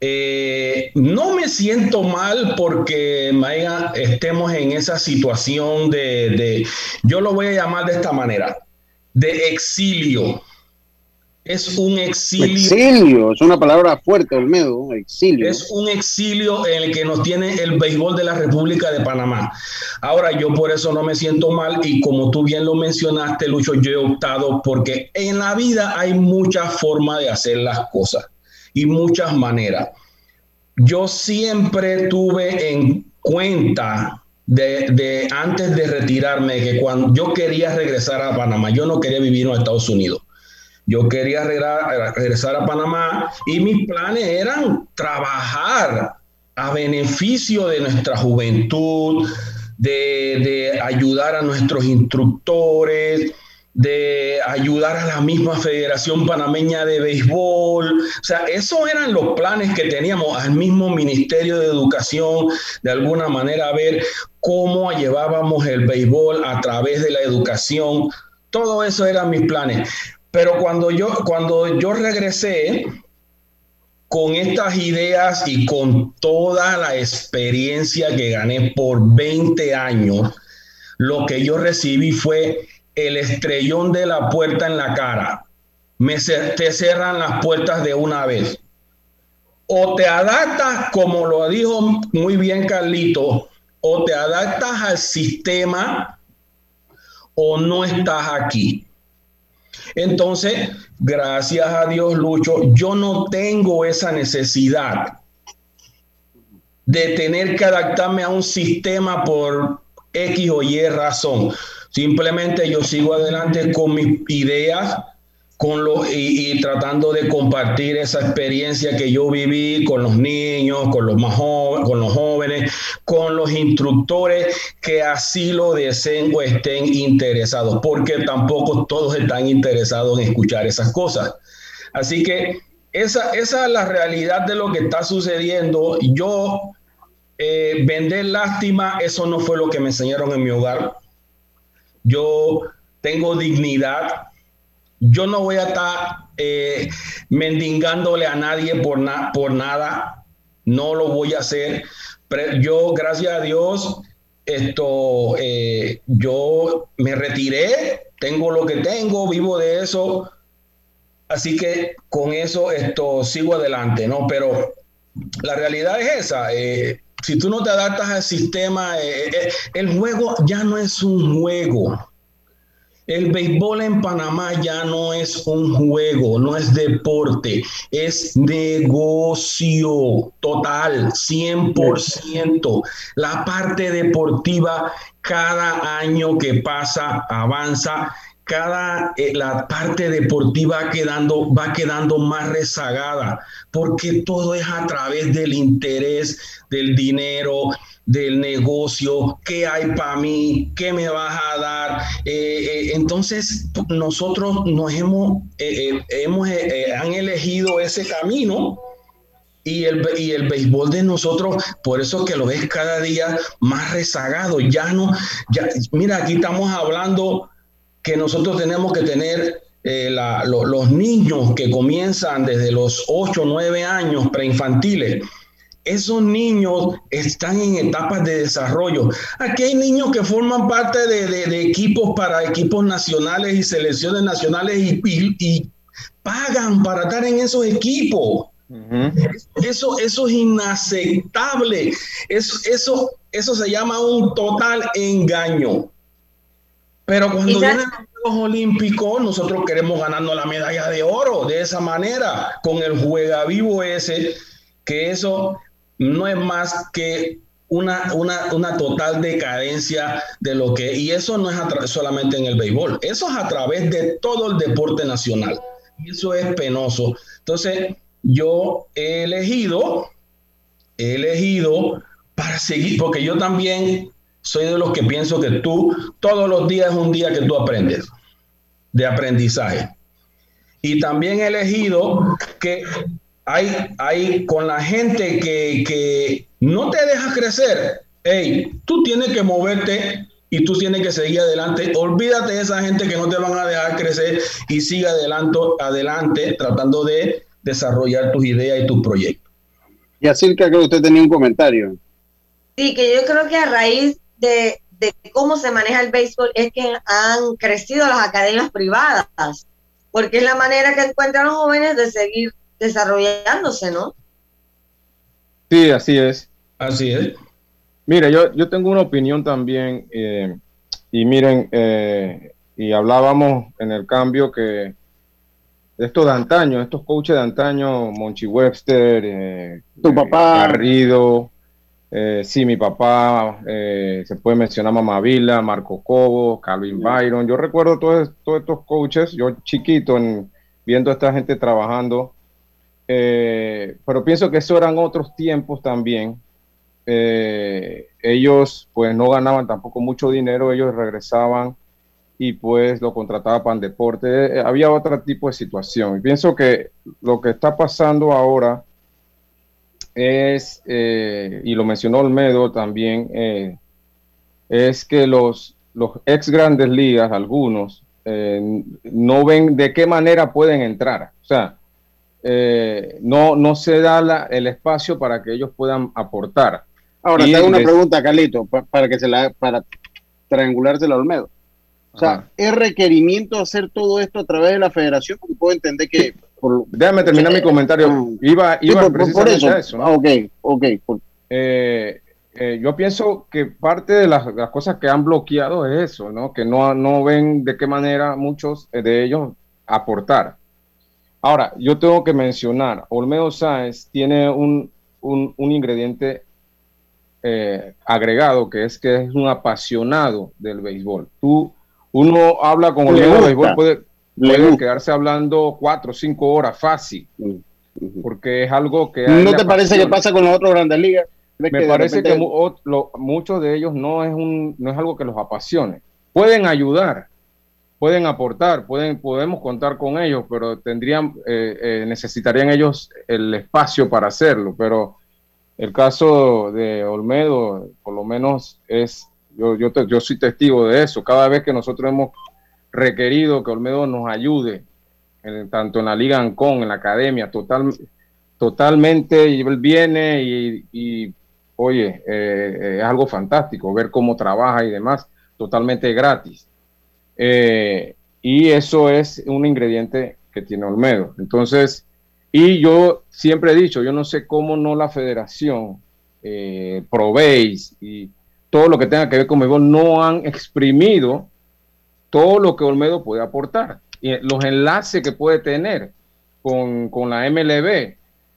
Eh, no me siento mal porque, Maiga, estemos en esa situación de, de, yo lo voy a llamar de esta manera, de exilio. Es un exilio. Exilio, es una palabra fuerte, Olmedo. Exilio. Es un exilio en el que nos tiene el béisbol de la República de Panamá. Ahora, yo por eso no me siento mal y como tú bien lo mencionaste, Lucho, yo he optado porque en la vida hay muchas formas de hacer las cosas y muchas maneras. Yo siempre tuve en cuenta de, de antes de retirarme que cuando yo quería regresar a Panamá, yo no quería vivir en los Estados Unidos. Yo quería regresar a Panamá y mis planes eran trabajar a beneficio de nuestra juventud, de, de ayudar a nuestros instructores, de ayudar a la misma Federación Panameña de Béisbol. O sea, esos eran los planes que teníamos, al mismo Ministerio de Educación, de alguna manera, a ver cómo llevábamos el béisbol a través de la educación. Todo eso eran mis planes. Pero cuando yo, cuando yo regresé con estas ideas y con toda la experiencia que gané por veinte años, lo que yo recibí fue el estrellón de la puerta en la cara. Me, te cerran las puertas de una vez. O te adaptas, como lo dijo muy bien Carlito, o te adaptas al sistema o no estás aquí. Entonces, gracias a Dios, Lucho, yo no tengo esa necesidad de tener que adaptarme a un sistema por X o Y razón. Simplemente yo sigo adelante con mis ideas con los, y, y tratando de compartir esa experiencia que yo viví con los niños, con los más jóvenes, con los jóvenes, con los instructores que así lo deseen o estén interesados, porque tampoco todos están interesados en escuchar esas cosas. Así que esa, esa es la realidad de lo que está sucediendo. Yo eh, vender lástima, eso no fue lo que me enseñaron en mi hogar. Yo tengo dignidad. Yo no voy a estar eh, mendigándole a nadie por, na por nada. No lo voy a hacer. Pero yo, gracias a Dios, esto, eh, yo me retiré, tengo lo que tengo, vivo de eso. Así que con eso esto, sigo adelante, ¿no? Pero la realidad es esa. Eh, si tú no te adaptas al sistema, eh, eh, el juego ya no es un juego. El béisbol en Panamá ya no es un juego, no es deporte, es negocio total, cien por ciento. La parte deportiva cada año que pasa avanza, cada eh, la parte deportiva quedando, va quedando más rezagada, porque todo es a través del interés, del dinero, del negocio, qué hay para mí, qué me vas a dar. Eh, eh, entonces nosotros nos hemos, eh, eh, hemos eh, eh, han elegido ese camino. Y el, y el béisbol de nosotros, por eso que lo ves cada día más rezagado. Ya no, ya, mira, aquí estamos hablando que nosotros tenemos que tener eh, la, lo, los niños que comienzan desde los ocho, nueve años preinfantiles. Esos niños están en etapas de desarrollo. Aquí hay niños que forman parte de, de, de equipos para equipos nacionales y selecciones nacionales y, y, y pagan para estar en esos equipos. Uh-huh. Eso, eso es inaceptable. Eso, eso, eso se llama un total engaño. Pero cuando vienen los Juegos Olímpicos, nosotros queremos ganarnos la medalla de oro de esa manera, con el juega vivo ese, que eso no es más que una, una, una total decadencia de lo que, y eso no es tra- solamente en el béisbol, eso es a través de todo el deporte nacional, y eso es penoso. Entonces, yo he elegido, he elegido para seguir, porque yo también soy de los que pienso que tú, todos los días es un día que tú aprendes, de aprendizaje. Y también he elegido que hay, hay con la gente que, que no te deja crecer, hey, tú tienes que moverte y tú tienes que seguir adelante. Olvídate de esa gente que no te van a dejar crecer y sigue adelante, adelante tratando de desarrollar tus ideas y tus proyectos. Y así que usted tenía un comentario. Sí, que yo creo que a raíz de, de cómo se maneja el béisbol es que han crecido las academias privadas, porque es la manera que encuentran los jóvenes de seguir desarrollándose, ¿no? Sí, así es. Así es. Mire, yo, yo tengo una opinión también, eh, y miren, eh, y hablábamos en el cambio que estos de antaño, estos coaches de antaño, Monchi Webster, eh, tu papá, Garrido, eh, sí, mi papá, eh, se puede mencionar Mamá Vila, Marco Cobo, Calvin sí. Byron. Yo recuerdo todos, todos estos coaches, yo chiquito, en, viendo a esta gente trabajando, eh, pero pienso que eso eran otros tiempos también. Eh, ellos pues no ganaban tampoco mucho dinero, ellos regresaban y pues lo contrataba para el deporte. Eh, había otro tipo de situación. Y pienso que lo que está pasando ahora es, eh, y lo mencionó Olmedo también, eh, es que los, los ex grandes ligas, algunos, eh, no ven de qué manera pueden entrar. O sea, eh, no, no se da la, el espacio para que ellos puedan aportar. Ahora, y te hago una les... pregunta, Carlito, para, para que se la, para triangulársela a Olmedo. O sea, Ajá. ¿es requerimiento hacer todo esto a través de la federación? Porque puedo entender que... Por, Déjame terminar eh, mi comentario. Uh, iba iba sí, por, precisamente por eso. a eso, ¿no? Ah, ok, ok. Por... Eh, eh, yo pienso que parte de las, las cosas que han bloqueado es eso, ¿no? Que no, no ven de qué manera muchos de ellos aportar. Ahora, yo tengo que mencionar, Olmedo Sáenz tiene un, un, un ingrediente eh, agregado, que es que es un apasionado del béisbol. Tú, uno habla con Olmedo de béisbol, puede, puede quedarse hablando cuatro o cinco horas fácil, porque es algo que... ¿No te parece que pasa con los otros grandes ligas? Me que parece repente... que mu lo, muchos de ellos no es, un, no es algo que los apasione. Pueden ayudar, pueden aportar, pueden, podemos contar con ellos, pero tendrían, eh, eh, necesitarían ellos el espacio para hacerlo. Pero el caso de Olmedo, por lo menos, es, yo, yo, te, yo soy testigo de eso. Cada vez que nosotros hemos requerido que Olmedo nos ayude, en, tanto en la Liga Ancon, en la academia, total, totalmente, y él viene y, y oye, eh, es algo fantástico ver cómo trabaja y demás, totalmente gratis. Eh, y eso es un ingrediente que tiene Olmedo. Entonces, y yo siempre he dicho, yo no sé cómo no la federación, eh, Proveis y todo lo que tenga que ver con béisbol no han exprimido todo lo que Olmedo puede aportar, y los enlaces que puede tener con, con la M L B.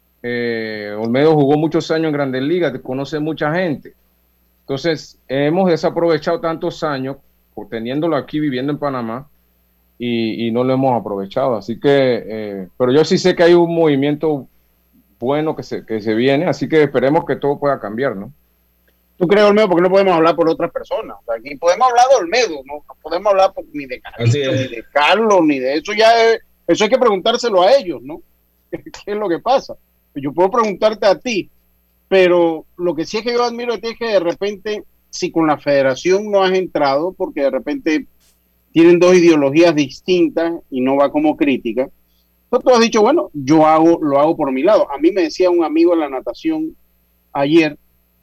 Eh, Olmedo jugó muchos años en Grandes Ligas, conoce mucha gente. Entonces, hemos desaprovechado tantos años por teniéndolo aquí viviendo en Panamá y, y no lo hemos aprovechado. Así que, eh, pero yo sí sé que hay un movimiento bueno que se, que se viene, así que esperemos que todo pueda cambiar, ¿no? ¿Tú crees, Olmedo? Porque no podemos hablar por otras personas. O sea, aquí podemos hablar de Olmedo, no, no podemos hablar por, ni de Carlos, ni de Carlos, ni de eso. Ya es, eso hay que preguntárselo a ellos, ¿no? ¿Qué es lo que pasa? Yo puedo preguntarte a ti, pero lo que sí es que yo admiro de ti es que de repente, si con la federación no has entrado, porque de repente tienen dos ideologías distintas y no va como crítica, tú has dicho, bueno, yo hago, lo hago por mi lado. A mí me decía un amigo en la natación ayer,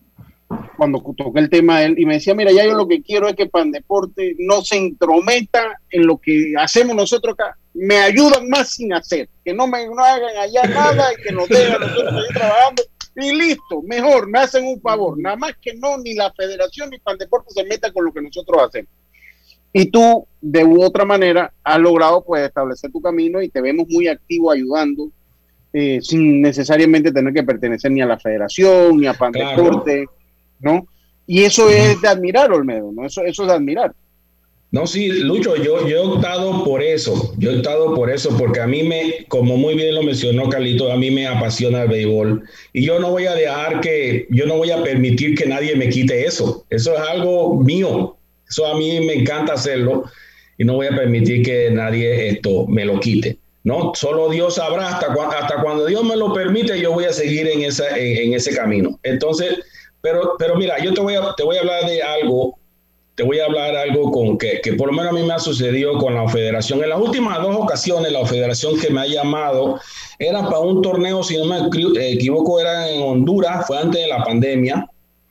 cuando toqué el tema de él, y me decía, mira, ya yo lo que quiero es que Pandeporte no se entrometa en lo que hacemos nosotros acá. Me ayudan más sin hacer, que no me no hagan allá nada y que nos dejen a nosotros seguir trabajando. Y listo, mejor, me hacen un favor. Nada más que no, ni la federación ni Pandeporte se meta con lo que nosotros hacemos. Y tú, de u otra manera, has logrado pues establecer tu camino y te vemos muy activo ayudando, eh, sin necesariamente tener que pertenecer ni a la federación, ni a Pandeporte, claro. ¿No? Y eso es de admirar, Olmedo, ¿no? Eso, eso es de admirar. No, sí, Lucho, yo, yo he optado por eso, yo he optado por eso, porque a mí me, como muy bien lo mencionó Carlito, a mí me apasiona el béisbol y yo no voy a dejar que, yo no voy a permitir que nadie me quite eso, eso es algo mío, eso a mí me encanta hacerlo y no voy a permitir que nadie esto me lo quite, ¿no? Solo Dios sabrá, hasta, cu hasta cuando Dios me lo permite, yo voy a seguir en, esa, en, en ese camino. Entonces, pero, pero mira, yo te voy a, te voy a hablar de algo. Te voy a hablar algo con que, que por lo menos a mí me ha sucedido con la federación. En las últimas dos ocasiones, la federación que me ha llamado era para un torneo, si no me equivoco, era en Honduras, fue antes de la pandemia.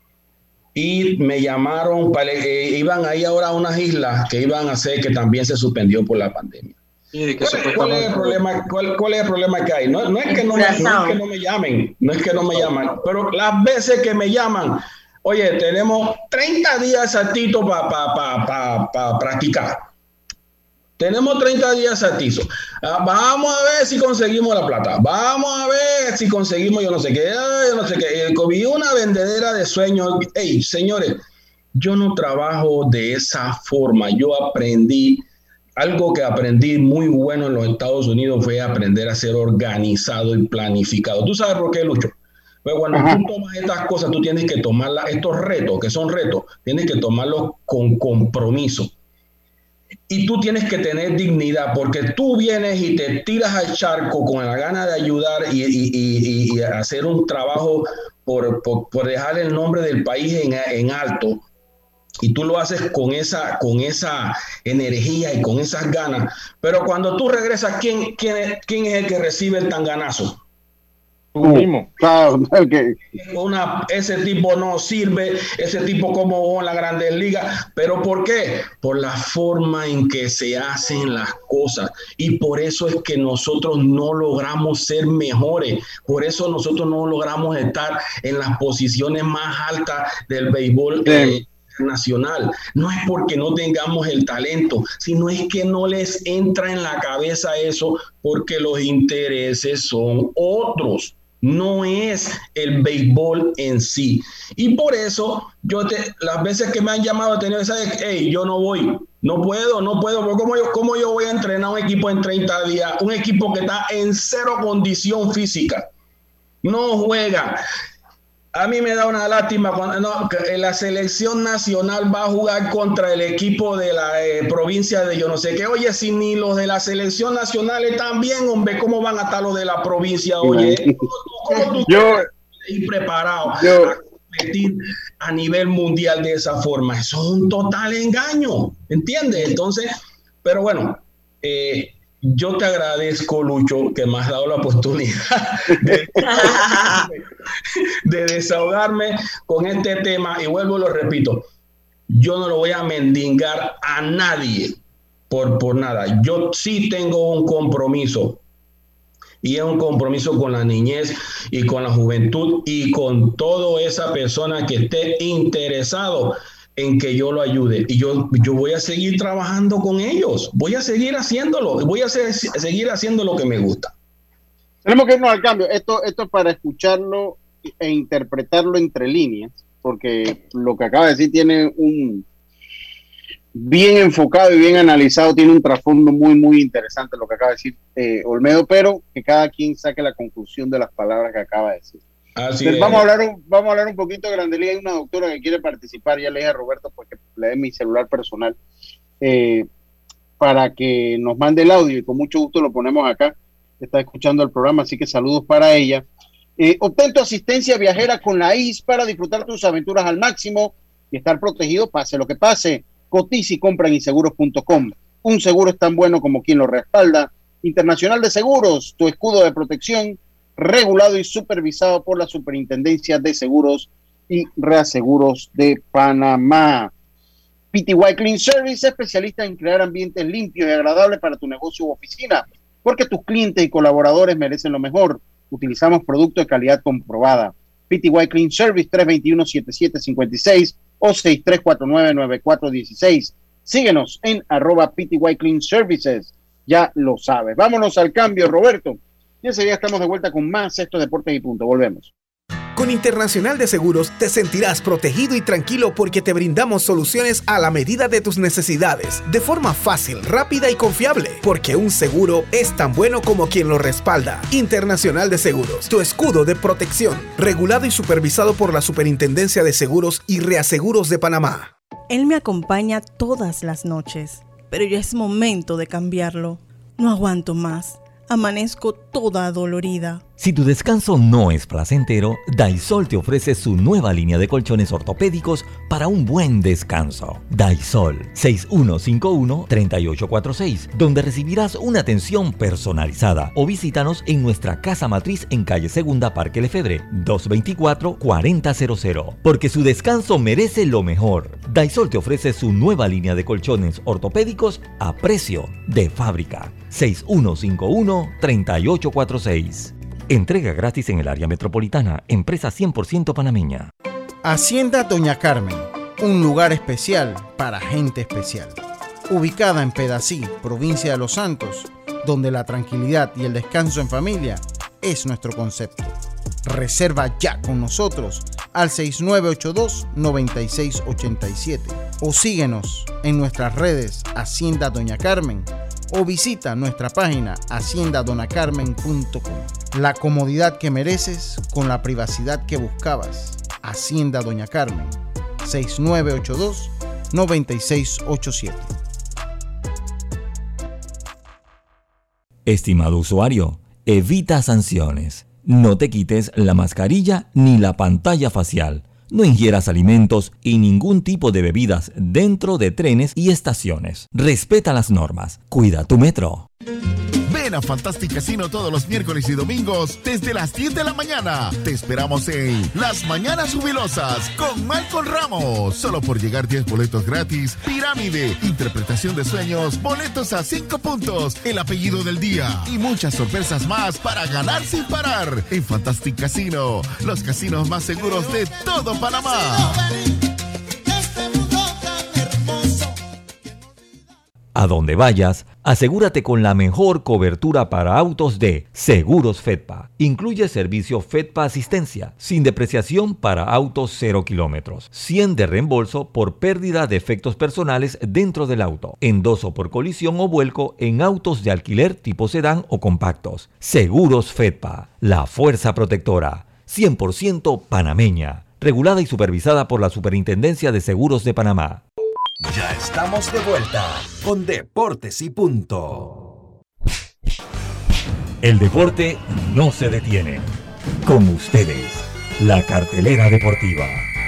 Y me llamaron, para, eh, iban ahí ahora a unas islas que iban a hacer que también se suspendió por la pandemia. Sí, que ¿Cuál, ¿cuál, es el problema, cuál, ¿Cuál es el problema que hay? No, no, es que no, no es que no me llamen, no es que no me llaman, pero las veces que me llaman, oye, tenemos treinta días exactitos para pa, pa, pa, pa practicar. Tenemos treinta días exactos. Uh, vamos a ver si conseguimos la plata. Vamos a ver si conseguimos yo no sé qué. Yo no sé qué. Vi una vendedera de sueños. Hey, señores, yo no trabajo de esa forma. Yo aprendí, algo que aprendí muy bueno en los Estados Unidos fue aprender a ser organizado y planificado. ¿Tú sabes por qué, Lucho? Pues cuando Ajá. tú tomas estas cosas, tú tienes que tomarlas, estos retos, que son retos, tienes que tomarlos con compromiso. Y tú tienes que tener dignidad, porque tú vienes y te tiras al charco con la gana de ayudar y, y, y, y hacer un trabajo por, por, por dejar el nombre del país en, en alto. Y tú lo haces con esa, con esa energía y con esas ganas. Pero cuando tú regresas, ¿quién, quién, es, quién es el que recibe el tanganazo? Tú mismo. Claro, okay. Una, ese tipo no sirve, ese tipo como en la Grandes Ligas. ¿Pero por qué? Por la forma en que se hacen las cosas. Y por eso es que nosotros no logramos ser mejores. Por eso nosotros no logramos estar en las posiciones más altas del béisbol eh, nacional. No es porque no tengamos el talento, sino es que no les entra en la cabeza eso, porque los intereses son otros. No es el béisbol en sí. Y por eso, yo te, las veces que me han llamado, he tenido esa de, hey, yo no voy, no puedo, no puedo, porque ¿cómo yo, cómo yo voy a entrenar un equipo en treinta días? Un equipo que está en cero condición física, no juega. A mí me da una lástima cuando no, la selección nacional va a jugar contra el equipo de la eh, provincia de yo no sé qué. Oye, si ni los de la selección nacional están bien, hombre, ¿cómo van a estar los de la provincia? Oye, ¿cómo tú, cómo tú yo, ir preparado yo, a competir a nivel mundial de esa forma? Eso es un total engaño, ¿entiendes? Entonces, pero bueno, eh, yo te agradezco, Lucho, que me has dado la oportunidad de, de desahogarme con este tema. Y vuelvo y lo repito, yo no lo voy a mendigar a nadie por, por nada. Yo sí tengo un compromiso, y es un compromiso con la niñez y con la juventud y con toda esa persona que esté interesado en que yo lo ayude. Y yo, yo voy a seguir trabajando con ellos, voy a seguir haciéndolo, voy a hacer, seguir haciendo lo que me gusta. Tenemos que irnos al cambio. Esto, esto es para escucharlo e interpretarlo entre líneas, porque lo que acaba de decir tiene un bien enfocado y bien analizado, tiene un trasfondo muy, muy interesante lo que acaba de decir eh, Olmedo, pero que cada quien saque la conclusión de las palabras que acaba de decir. Así Entonces, es. vamos, a hablar un, vamos a hablar un poquito de Grandel Liga. Hay una doctora que quiere participar, ya le dije a Roberto pues, que le dé mi celular personal eh, para que nos mande el audio y con mucho gusto lo ponemos acá. Está escuchando el programa, así que saludos para ella. Eh, obtén tu asistencia viajera con la I S para disfrutar tus aventuras al máximo y estar protegido pase lo que pase. Cotiza y compra en inseguros punto com. Un seguro es tan bueno como quien lo respalda. Internacional de Seguros, tu escudo de protección, regulado y supervisado por la Superintendencia de Seguros y Reaseguros de Panamá. P T Y Clean Service, especialista en crear ambientes limpios y agradables para tu negocio u oficina, porque tus clientes y colaboradores merecen lo mejor. Utilizamos productos de calidad comprobada. P T Y Clean Service, tres dos uno, siete siete cinco seis o seis tres cuatro nueve, nueve cuatro uno seis. Síguenos en arroba P T Y Clean Services. Ya lo sabes. Vámonos al cambio, Roberto. Y enseguida estamos de vuelta con más Estos Deportes y Punto. Volvemos. Con Internacional de Seguros te sentirás protegido y tranquilo porque te brindamos soluciones a la medida de tus necesidades, de forma fácil, rápida y confiable, porque un seguro es tan bueno como quien lo respalda. Internacional de Seguros, tu escudo de protección, regulado y supervisado por la Superintendencia de Seguros y Reaseguros de Panamá. Él me acompaña todas las noches, pero ya es momento de cambiarlo. No aguanto más. Amanezco toda adolorida. Si tu descanso no es placentero, Daisol te ofrece su nueva línea de colchones ortopédicos para un buen descanso. Daisol seis uno cinco uno, tres ocho cuatro seis, donde recibirás una atención personalizada, o visítanos en nuestra casa matriz en calle Segunda, Parque Lefebvre, dos veinticuatro, cuarenta cero cero. Porque su descanso merece lo mejor. Daisol te ofrece su nueva línea de colchones ortopédicos a precio de fábrica. seis uno cinco uno, tres ocho cuatro seis. Entrega gratis en el área metropolitana. Empresa cien por ciento panameña. Hacienda Doña Carmen, un lugar especial para gente especial. Ubicada en Pedací, provincia de Los Santos, donde la tranquilidad y el descanso en familia es nuestro concepto. Reserva ya con nosotros al seis nueve ocho dos, nueve seis ocho siete o síguenos en nuestras redes Hacienda Doña Carmen o visita nuestra página hacienda dona carmen punto com. La comodidad que mereces con la privacidad que buscabas. Hacienda Doña Carmen, seis nueve ocho dos, nueve seis ocho siete. Estimado usuario, evita sanciones. No te quites la mascarilla ni la pantalla facial. No ingieras alimentos y ningún tipo de bebidas dentro de trenes y estaciones. Respeta las normas. Cuida tu metro. Ven a Fantastic Casino todos los miércoles y domingos desde las diez de la mañana. Te esperamos en Las Mañanas Jubilosas con Malcolm Ramos. Solo por llegar diez boletos gratis. Pirámide, interpretación de sueños, boletos a cinco puntos, el apellido del día y muchas sorpresas más para ganar sin parar. En Fantastic Casino, los casinos más seguros de todo Panamá. A donde vayas, asegúrate con la mejor cobertura para autos de Seguros Fedpa. Incluye servicio Fedpa Asistencia, sin depreciación para autos cero kilómetros, cien de reembolso por pérdida de efectos personales dentro del auto, endoso por colisión o vuelco en autos de alquiler tipo sedán o compactos. Seguros Fedpa, la fuerza protectora, cien por ciento panameña, regulada y supervisada por la Superintendencia de Seguros de Panamá. Ya estamos de vuelta con Deportes y Punto. El deporte no se detiene. Con ustedes, la cartelera deportiva.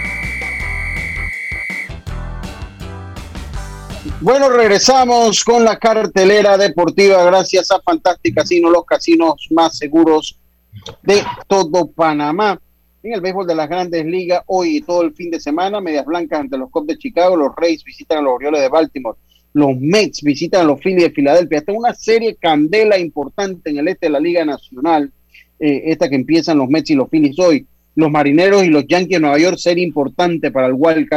Bueno, regresamos con la cartelera deportiva gracias a Fantastic Casino, los casinos más seguros de todo Panamá. En el béisbol de las Grandes Ligas, hoy y todo el fin de semana, Medias Blancas ante los Cubs de Chicago, los Rays visitan a los Orioles de Baltimore, los Mets visitan a los Phillies de Filadelfia. Esta es una serie candela importante en el este de la Liga Nacional, eh, esta que empiezan los Mets y los Phillies hoy. Los Marineros y los Yankees de Nueva York, serie importante para el wildcard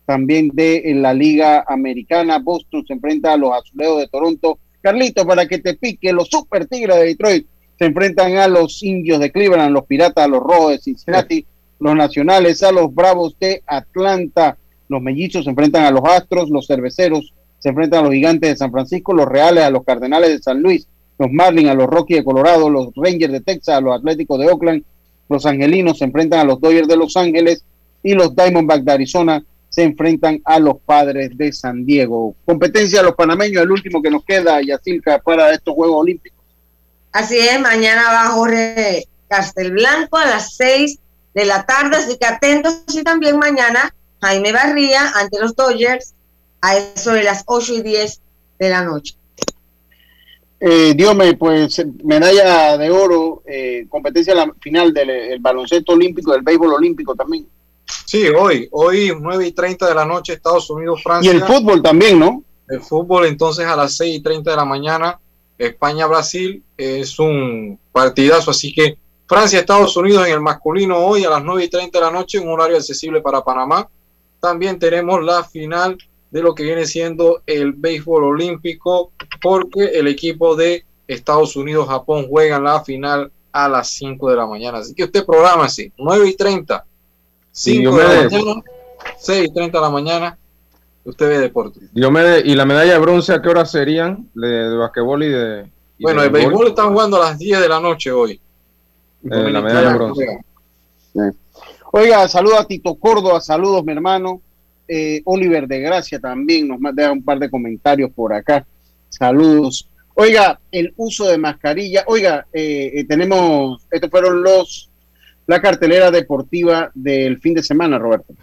también de en la Liga Americana. Boston se enfrenta a los Azulejos de Toronto. Carlito, para que te pique, los Super Tigres de Detroit se enfrentan a los Indios de Cleveland, los Piratas, a los Rojos de Cincinnati, sí. Los Nacionales a los Bravos de Atlanta, los Mellizos se enfrentan a los Astros, los Cerveceros se enfrentan a los Gigantes de San Francisco, los Reales a los Cardenales de San Luis, los Marlins a los Rockies de Colorado, los Rangers de Texas a los Atléticos de Oakland, los Angelinos se enfrentan a los Dodgers de Los Ángeles y los Diamondbacks de Arizona se enfrentan a los Padres de San Diego. Competencia de los panameños, el último que nos queda, Yacilca, para estos Juegos Olímpicos. Así es, mañana va Jorge Castelblanco a las seis de la tarde, así que atentos, y también mañana Jaime Barría ante los Dodgers a eso de las ocho y diez de la noche. Eh, Diome, pues medalla de oro, eh, competencia la final del el baloncesto olímpico, del béisbol olímpico también. Sí, hoy, hoy nueve y treinta de la noche, Estados Unidos, Francia. Y el fútbol también, ¿no? El fútbol entonces a las seis y treinta de la mañana, España-Brasil, es un partidazo, así que Francia, Estados Unidos en el masculino hoy a las nueve y treinta de la noche, un horario accesible para Panamá. También tenemos la final de lo que viene siendo el béisbol olímpico, porque el equipo de Estados Unidos-Japón juegan la final a las cinco de la mañana. Así que usted programa así, nueve y treinta, cinco de la mañana, seis y treinta de la mañana, usted ve deporte. Diomedes, ¿y la medalla de bronce a qué hora serían? De, de basquetbol y de... Y bueno, de el béisbol están jugando a las diez de la noche hoy. Eh, la medalla de bronce. Oiga, saludos a Tito Córdoba, saludos mi hermano. Eh, Oliver de Gracia también nos deja un par de comentarios por acá. Saludos. Oiga, el uso de mascarilla. Oiga, eh, eh, tenemos, estos fueron los, la cartelera deportiva del fin de semana, Roberto.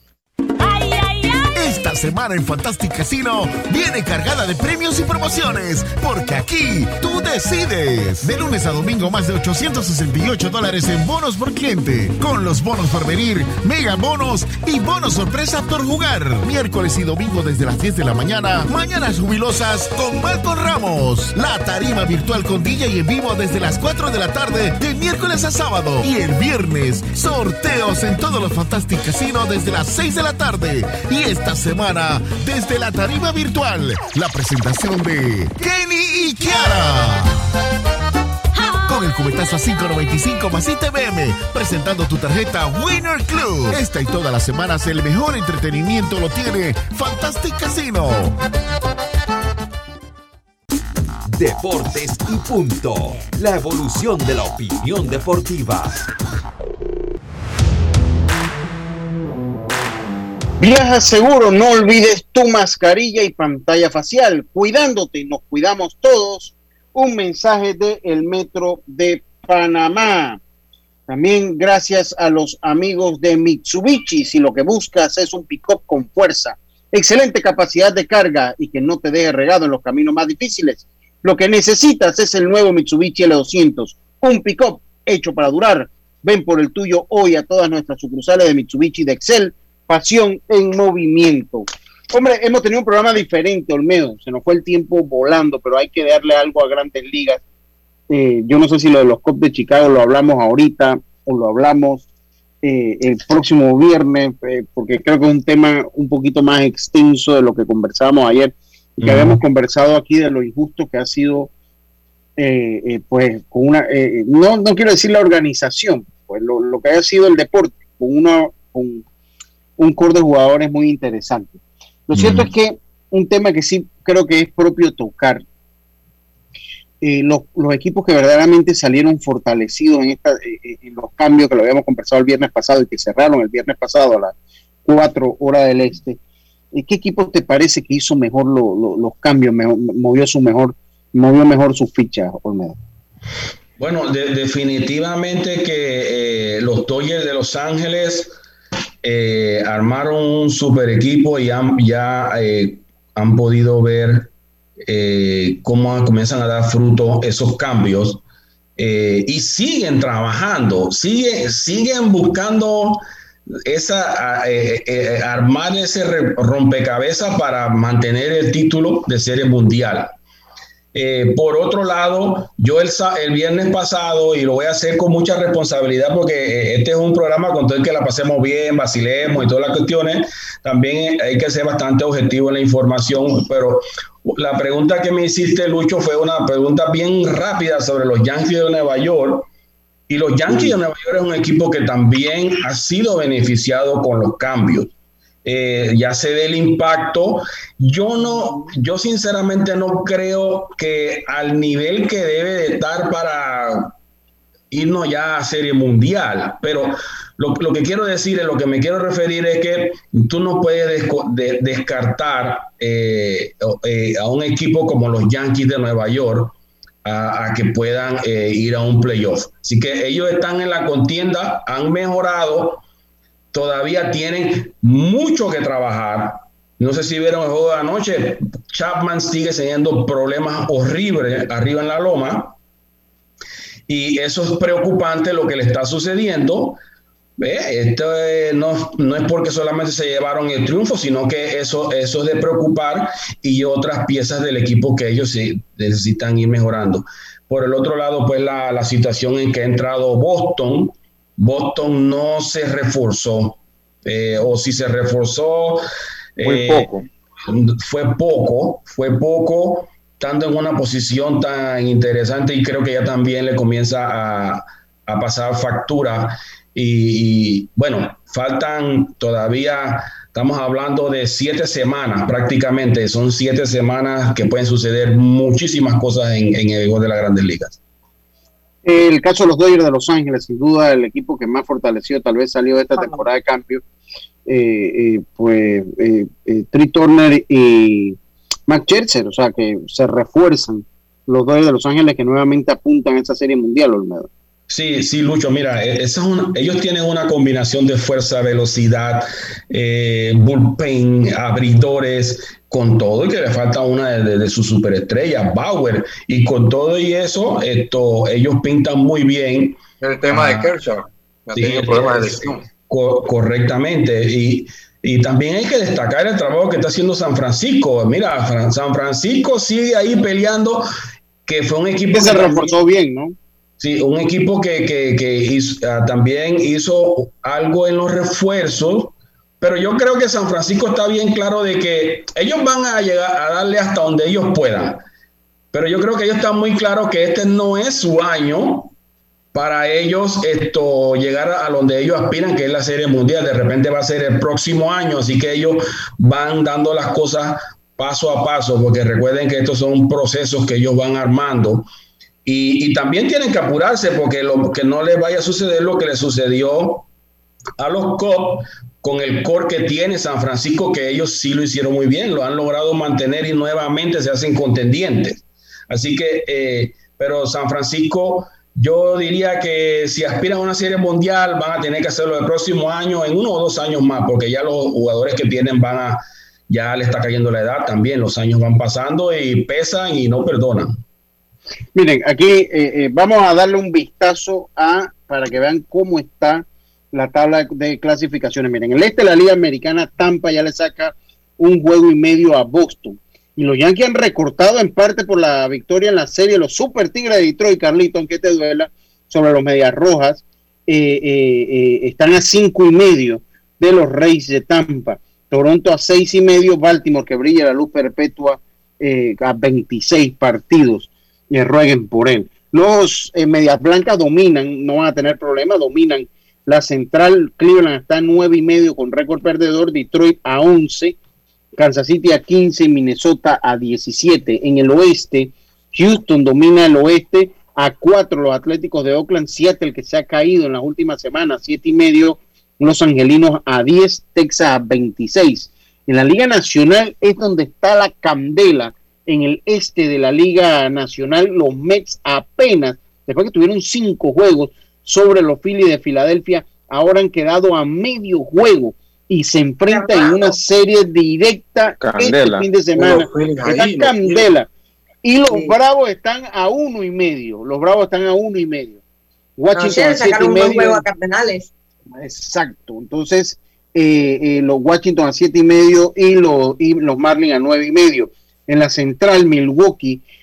Esta semana en Fantastic Casino viene cargada de premios y promociones, porque aquí tú decides. De lunes a domingo, más de ochocientos sesenta y ocho dólares en bonos por cliente, con los bonos por venir, mega bonos y bonos sorpresa por jugar. Miércoles y domingo desde las diez de la mañana, mañanas jubilosas con Malcolm Ramos. La tarima virtual con D J en vivo desde las cuatro de la tarde, de miércoles a sábado. Y el viernes, sorteos en todos los Fantastic Casino desde las seis de la tarde. Y esta semana, desde la tarima virtual, la presentación de Kenny y Kiara. Con el cubetazo a cinco noventa y cinco más I T B M, presentando tu tarjeta Winner Club. Esta y todas las semanas el mejor entretenimiento lo tiene Fantastic Casino. Deportes y punto. La evolución de la opinión deportiva. Viaja seguro, no olvides tu mascarilla y pantalla facial. Cuidándote, nos cuidamos todos. Un mensaje de el Metro de Panamá. También gracias a los amigos de Mitsubishi. Si lo que buscas es un pick-up con fuerza, excelente capacidad de carga y que no te deje regado en los caminos más difíciles, lo que necesitas es el nuevo Mitsubishi L doscientos, un pick-up hecho para durar. Ven por el tuyo hoy a todas nuestras sucursales de Mitsubishi de Excel. Pasión en movimiento. Hombre, hemos tenido un programa diferente, Olmedo. Se nos fue el tiempo volando, pero hay que darle algo a Grandes Ligas. Eh, yo no sé si lo de los Cubs de Chicago lo hablamos ahorita o lo hablamos eh, el próximo viernes, eh, porque creo que es un tema un poquito más extenso de lo que conversábamos ayer y que uh-huh. habíamos conversado aquí de lo injusto que ha sido, eh, eh, pues, con una, eh, no, no quiero decir la organización, pues lo, lo que ha sido el deporte, con una, con un core de jugadores muy interesante. Lo cierto mm. es que un tema que sí creo que es propio tocar, eh, los, los equipos que verdaderamente salieron fortalecidos en, esta, eh, en los cambios que lo habíamos conversado el viernes pasado y que cerraron el viernes pasado a las cuatro horas del este, eh, ¿qué equipo te parece que hizo mejor lo, lo, los cambios, mejor, movió su mejor, movió mejor sus fichas, Olmedo? Bueno, de, definitivamente que eh, los Dodgers de Los Ángeles Eh, armaron un super equipo y han, ya eh, han podido ver eh, cómo comienzan a dar fruto esos cambios eh, y siguen trabajando, siguen, siguen buscando esa, eh, eh, armar ese rompecabezas para mantener el título de Serie Mundial. Eh, por otro lado, yo el, el viernes pasado, y lo voy a hacer con mucha responsabilidad porque eh, este es un programa con todo el que la pasemos bien, vacilemos y todas las cuestiones, también hay que ser bastante objetivo en la información, pero la pregunta que me hiciste, Lucho, fue una pregunta bien rápida sobre los Yankees de Nueva York, y los Yankees de Nueva York es un equipo que también ha sido beneficiado con los cambios. Eh, ya se ve el impacto. Yo no, yo sinceramente no creo que al nivel que debe de estar para irnos ya a Serie Mundial, pero lo, lo que quiero decir, es lo que me quiero referir es que tú no puedes desco- de, descartar eh, eh, a un equipo como los Yankees de Nueva York a, a que puedan eh, ir a un playoff. Así que ellos están en la contienda, han mejorado. Todavía tienen mucho que trabajar. No sé si vieron el juego de anoche. Chapman sigue teniendo problemas horribles arriba en la loma. Y eso es preocupante lo que le está sucediendo. ¿Ve? Esto es, no, no es porque solamente se llevaron el triunfo, sino que eso, eso es de preocupar, y otras piezas del equipo que ellos sí necesitan ir mejorando. Por el otro lado, pues la, la situación en que ha entrado Boston. Boston no se reforzó, eh, o si se reforzó, Muy eh, poco. fue poco, fue poco, estando en una posición tan interesante, y creo que ya también le comienza a, a pasar factura. Y, y bueno, faltan todavía, estamos hablando de siete semanas prácticamente, son siete semanas que pueden suceder muchísimas cosas en, en el béisbol de las Grandes Ligas. El caso de los Dodgers de Los Ángeles, sin duda el equipo que más fortalecido tal vez salió de esta temporada de cambio, eh, eh, pues eh, eh, Trey Turner y Max Scherzer, o sea que se refuerzan los Dodgers de Los Ángeles, que nuevamente apuntan a esa Serie Mundial, Olmedo. Sí, sí, Lucho, mira, esa es una, ellos tienen una combinación de fuerza, velocidad, eh, bullpen, abridores, con todo, y que le falta una de, de, de sus superestrellas, Bauer, y con todo y eso, esto, ellos pintan muy bien. El tema ah, de Kershaw, ha sí, tenido problemas de es, lesión. co- correctamente, y, y también hay que destacar el trabajo que está haciendo San Francisco. Mira, Fran- San Francisco sigue ahí peleando, que fue un equipo Que se también- reforzó bien, ¿no? Sí, un equipo que, que, que hizo, uh, también hizo algo en los refuerzos, pero yo creo que San Francisco está bien claro de que ellos van a llegar a darle hasta donde ellos puedan, pero yo creo que ellos están muy claros que este no es su año para ellos esto llegar a donde ellos aspiran, que es la Serie Mundial. De repente va a ser el próximo año, así que ellos van dando las cosas paso a paso, porque recuerden que estos son procesos que ellos van armando. Y, y también tienen que apurarse, porque lo, que no les vaya a suceder lo que le sucedió a los Cubs con el core que tiene San Francisco, que ellos sí lo hicieron muy bien, lo han logrado mantener y nuevamente se hacen contendientes. Así que, eh, pero San Francisco, yo diría que si aspiran a una Serie Mundial van a tener que hacerlo el próximo año, en uno o dos años más, porque ya los jugadores que tienen van a, ya le está cayendo la edad también, los años van pasando y pesan y no perdonan. Miren, aquí eh, eh, vamos a darle un vistazo a para que vean cómo está la tabla de clasificaciones. Miren, el este de la Liga Americana, Tampa ya le saca un juego y medio a Boston. Y los Yankees han recortado en parte por la victoria en la serie los Super Tigres de Detroit, Carlito, aunque te duela, sobre los Medias Rojas. Eh, eh, eh, están a cinco y medio de los Rays de Tampa. Toronto a seis y medio, Baltimore, que brilla la luz perpetua, eh, a veintiséis partidos. Y rueguen por él. Los eh, Medias Blancas dominan, no van a tener problema, dominan la central. Cleveland está a nueve y medio con récord perdedor, Detroit a once, Kansas City a quince, Minnesota a diecisiete. En el oeste, Houston domina el oeste a cuatro, los Atléticos de Oakland, Seattle, que se ha caído en las últimas semanas, siete y medio, los Angelinos a diez, Texas a veintiséis. En la Liga Nacional es donde está la candela. En el este de la Liga Nacional, los Mets apenas, después que tuvieron cinco juegos sobre los Phillies de Filadelfia, ahora han quedado a medio juego y se enfrentan en una serie directa Candela. este fin de semana. Está ahí, candela. Y los Bravos están a uno y medio. Los Bravos están a uno y medio. Washington a siete y un buen medio. juego a Cardenales. Exacto. Entonces, eh, eh, los Washington a siete y medio y los, y los Marlins a nueve y medio. En la central, Milwaukee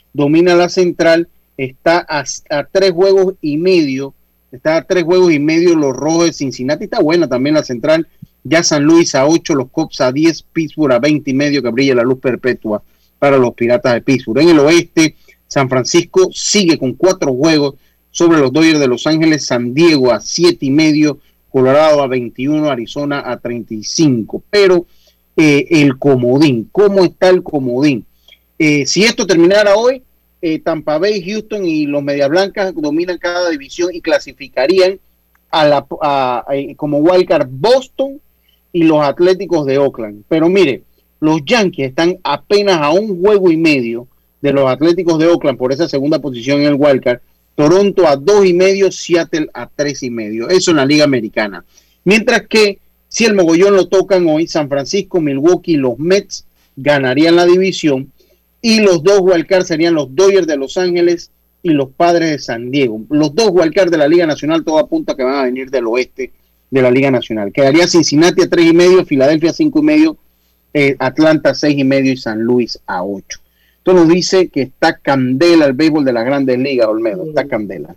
domina la central, está a, a tres juegos y medio, está a tres juegos y medio los Rojos de Cincinnati, está buena también la central, ya San Luis a ocho, los Cubs a diez, Pittsburgh a veinte y medio, que brilla la luz perpetua para los Piratas de Pittsburgh. En el oeste, San Francisco sigue con cuatro juegos sobre los Dodgers de Los Ángeles, San Diego a siete y medio, Colorado a veintiuno, Arizona a treinta y cinco, pero eh, el comodín, ¿cómo está el comodín? Eh, si esto terminara hoy, eh, Tampa Bay, Houston y los Medias Blancas dominan cada división y clasificarían a la, a, a, como wildcard Boston y los Atléticos de Oakland. Pero mire, los Yankees están apenas a un juego y medio de los Atléticos de Oakland por esa segunda posición en el wildcard, Toronto a dos y medio, Seattle a tres y medio, eso en la Liga Americana. Mientras que si el mogollón lo tocan hoy, San Francisco, Milwaukee y los Mets ganarían la división, y los dos wildcards serían los Dodgers de Los Ángeles y los Padres de San Diego. Los dos wildcards de la Liga Nacional, todo apunta que van a venir del oeste de la Liga Nacional. Quedaría Cincinnati a tres y medio, Filadelfia a cinco y medio, eh, Atlanta a seis y medio y San Luis a ocho. Esto nos dice que está candela el béisbol de las Grandes Ligas, Olmedo, está candela.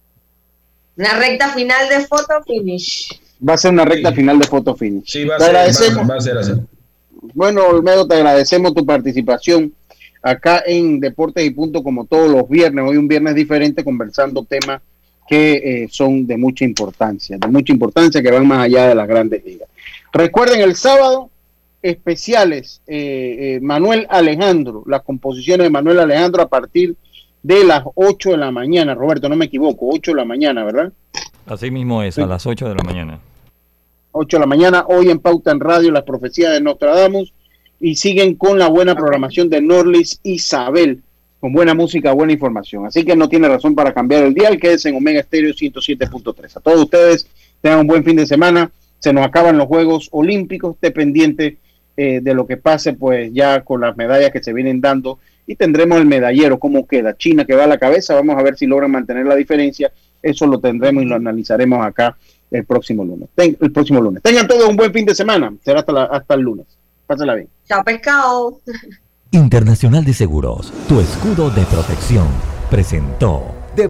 Una recta final de photo finish. Va a ser una recta sí. final de photo finish. Sí, va a, ser, va, va a ser así. Bueno, Olmedo, te agradecemos tu participación acá en Deportes y Punto, como todos los viernes. Hoy un viernes diferente, conversando temas que eh, son de mucha importancia, de mucha importancia, que van más allá de las Grandes Ligas. Recuerden, el sábado, especiales, eh, eh, Manuel Alejandro, las composiciones de Manuel Alejandro a partir de las ocho de la mañana. Roberto, no me equivoco, ocho de la mañana, ¿verdad? Así mismo es, sí. A las ocho de la mañana. ocho de la mañana, hoy en Pauta en Radio, las profecías de Nostradamus, y siguen con la buena programación de Norlis Isabel, con buena música, buena información. Así que no tiene razón para cambiar el dial, quédese en Omega Estéreo ciento siete punto tres. A todos ustedes, tengan un buen fin de semana, se nos acaban los Juegos Olímpicos, esté pendiente eh, de lo que pase, pues ya con las medallas que se vienen dando, y tendremos el medallero, cómo queda, China que va a la cabeza, vamos a ver si logran mantener la diferencia, eso lo tendremos y lo analizaremos acá el próximo lunes. Ten, el próximo lunes. Tengan todos un buen fin de semana, será hasta, la, hasta el lunes. Pásala bien. Chao, pescado. Internacional de Seguros, tu escudo de protección, presentó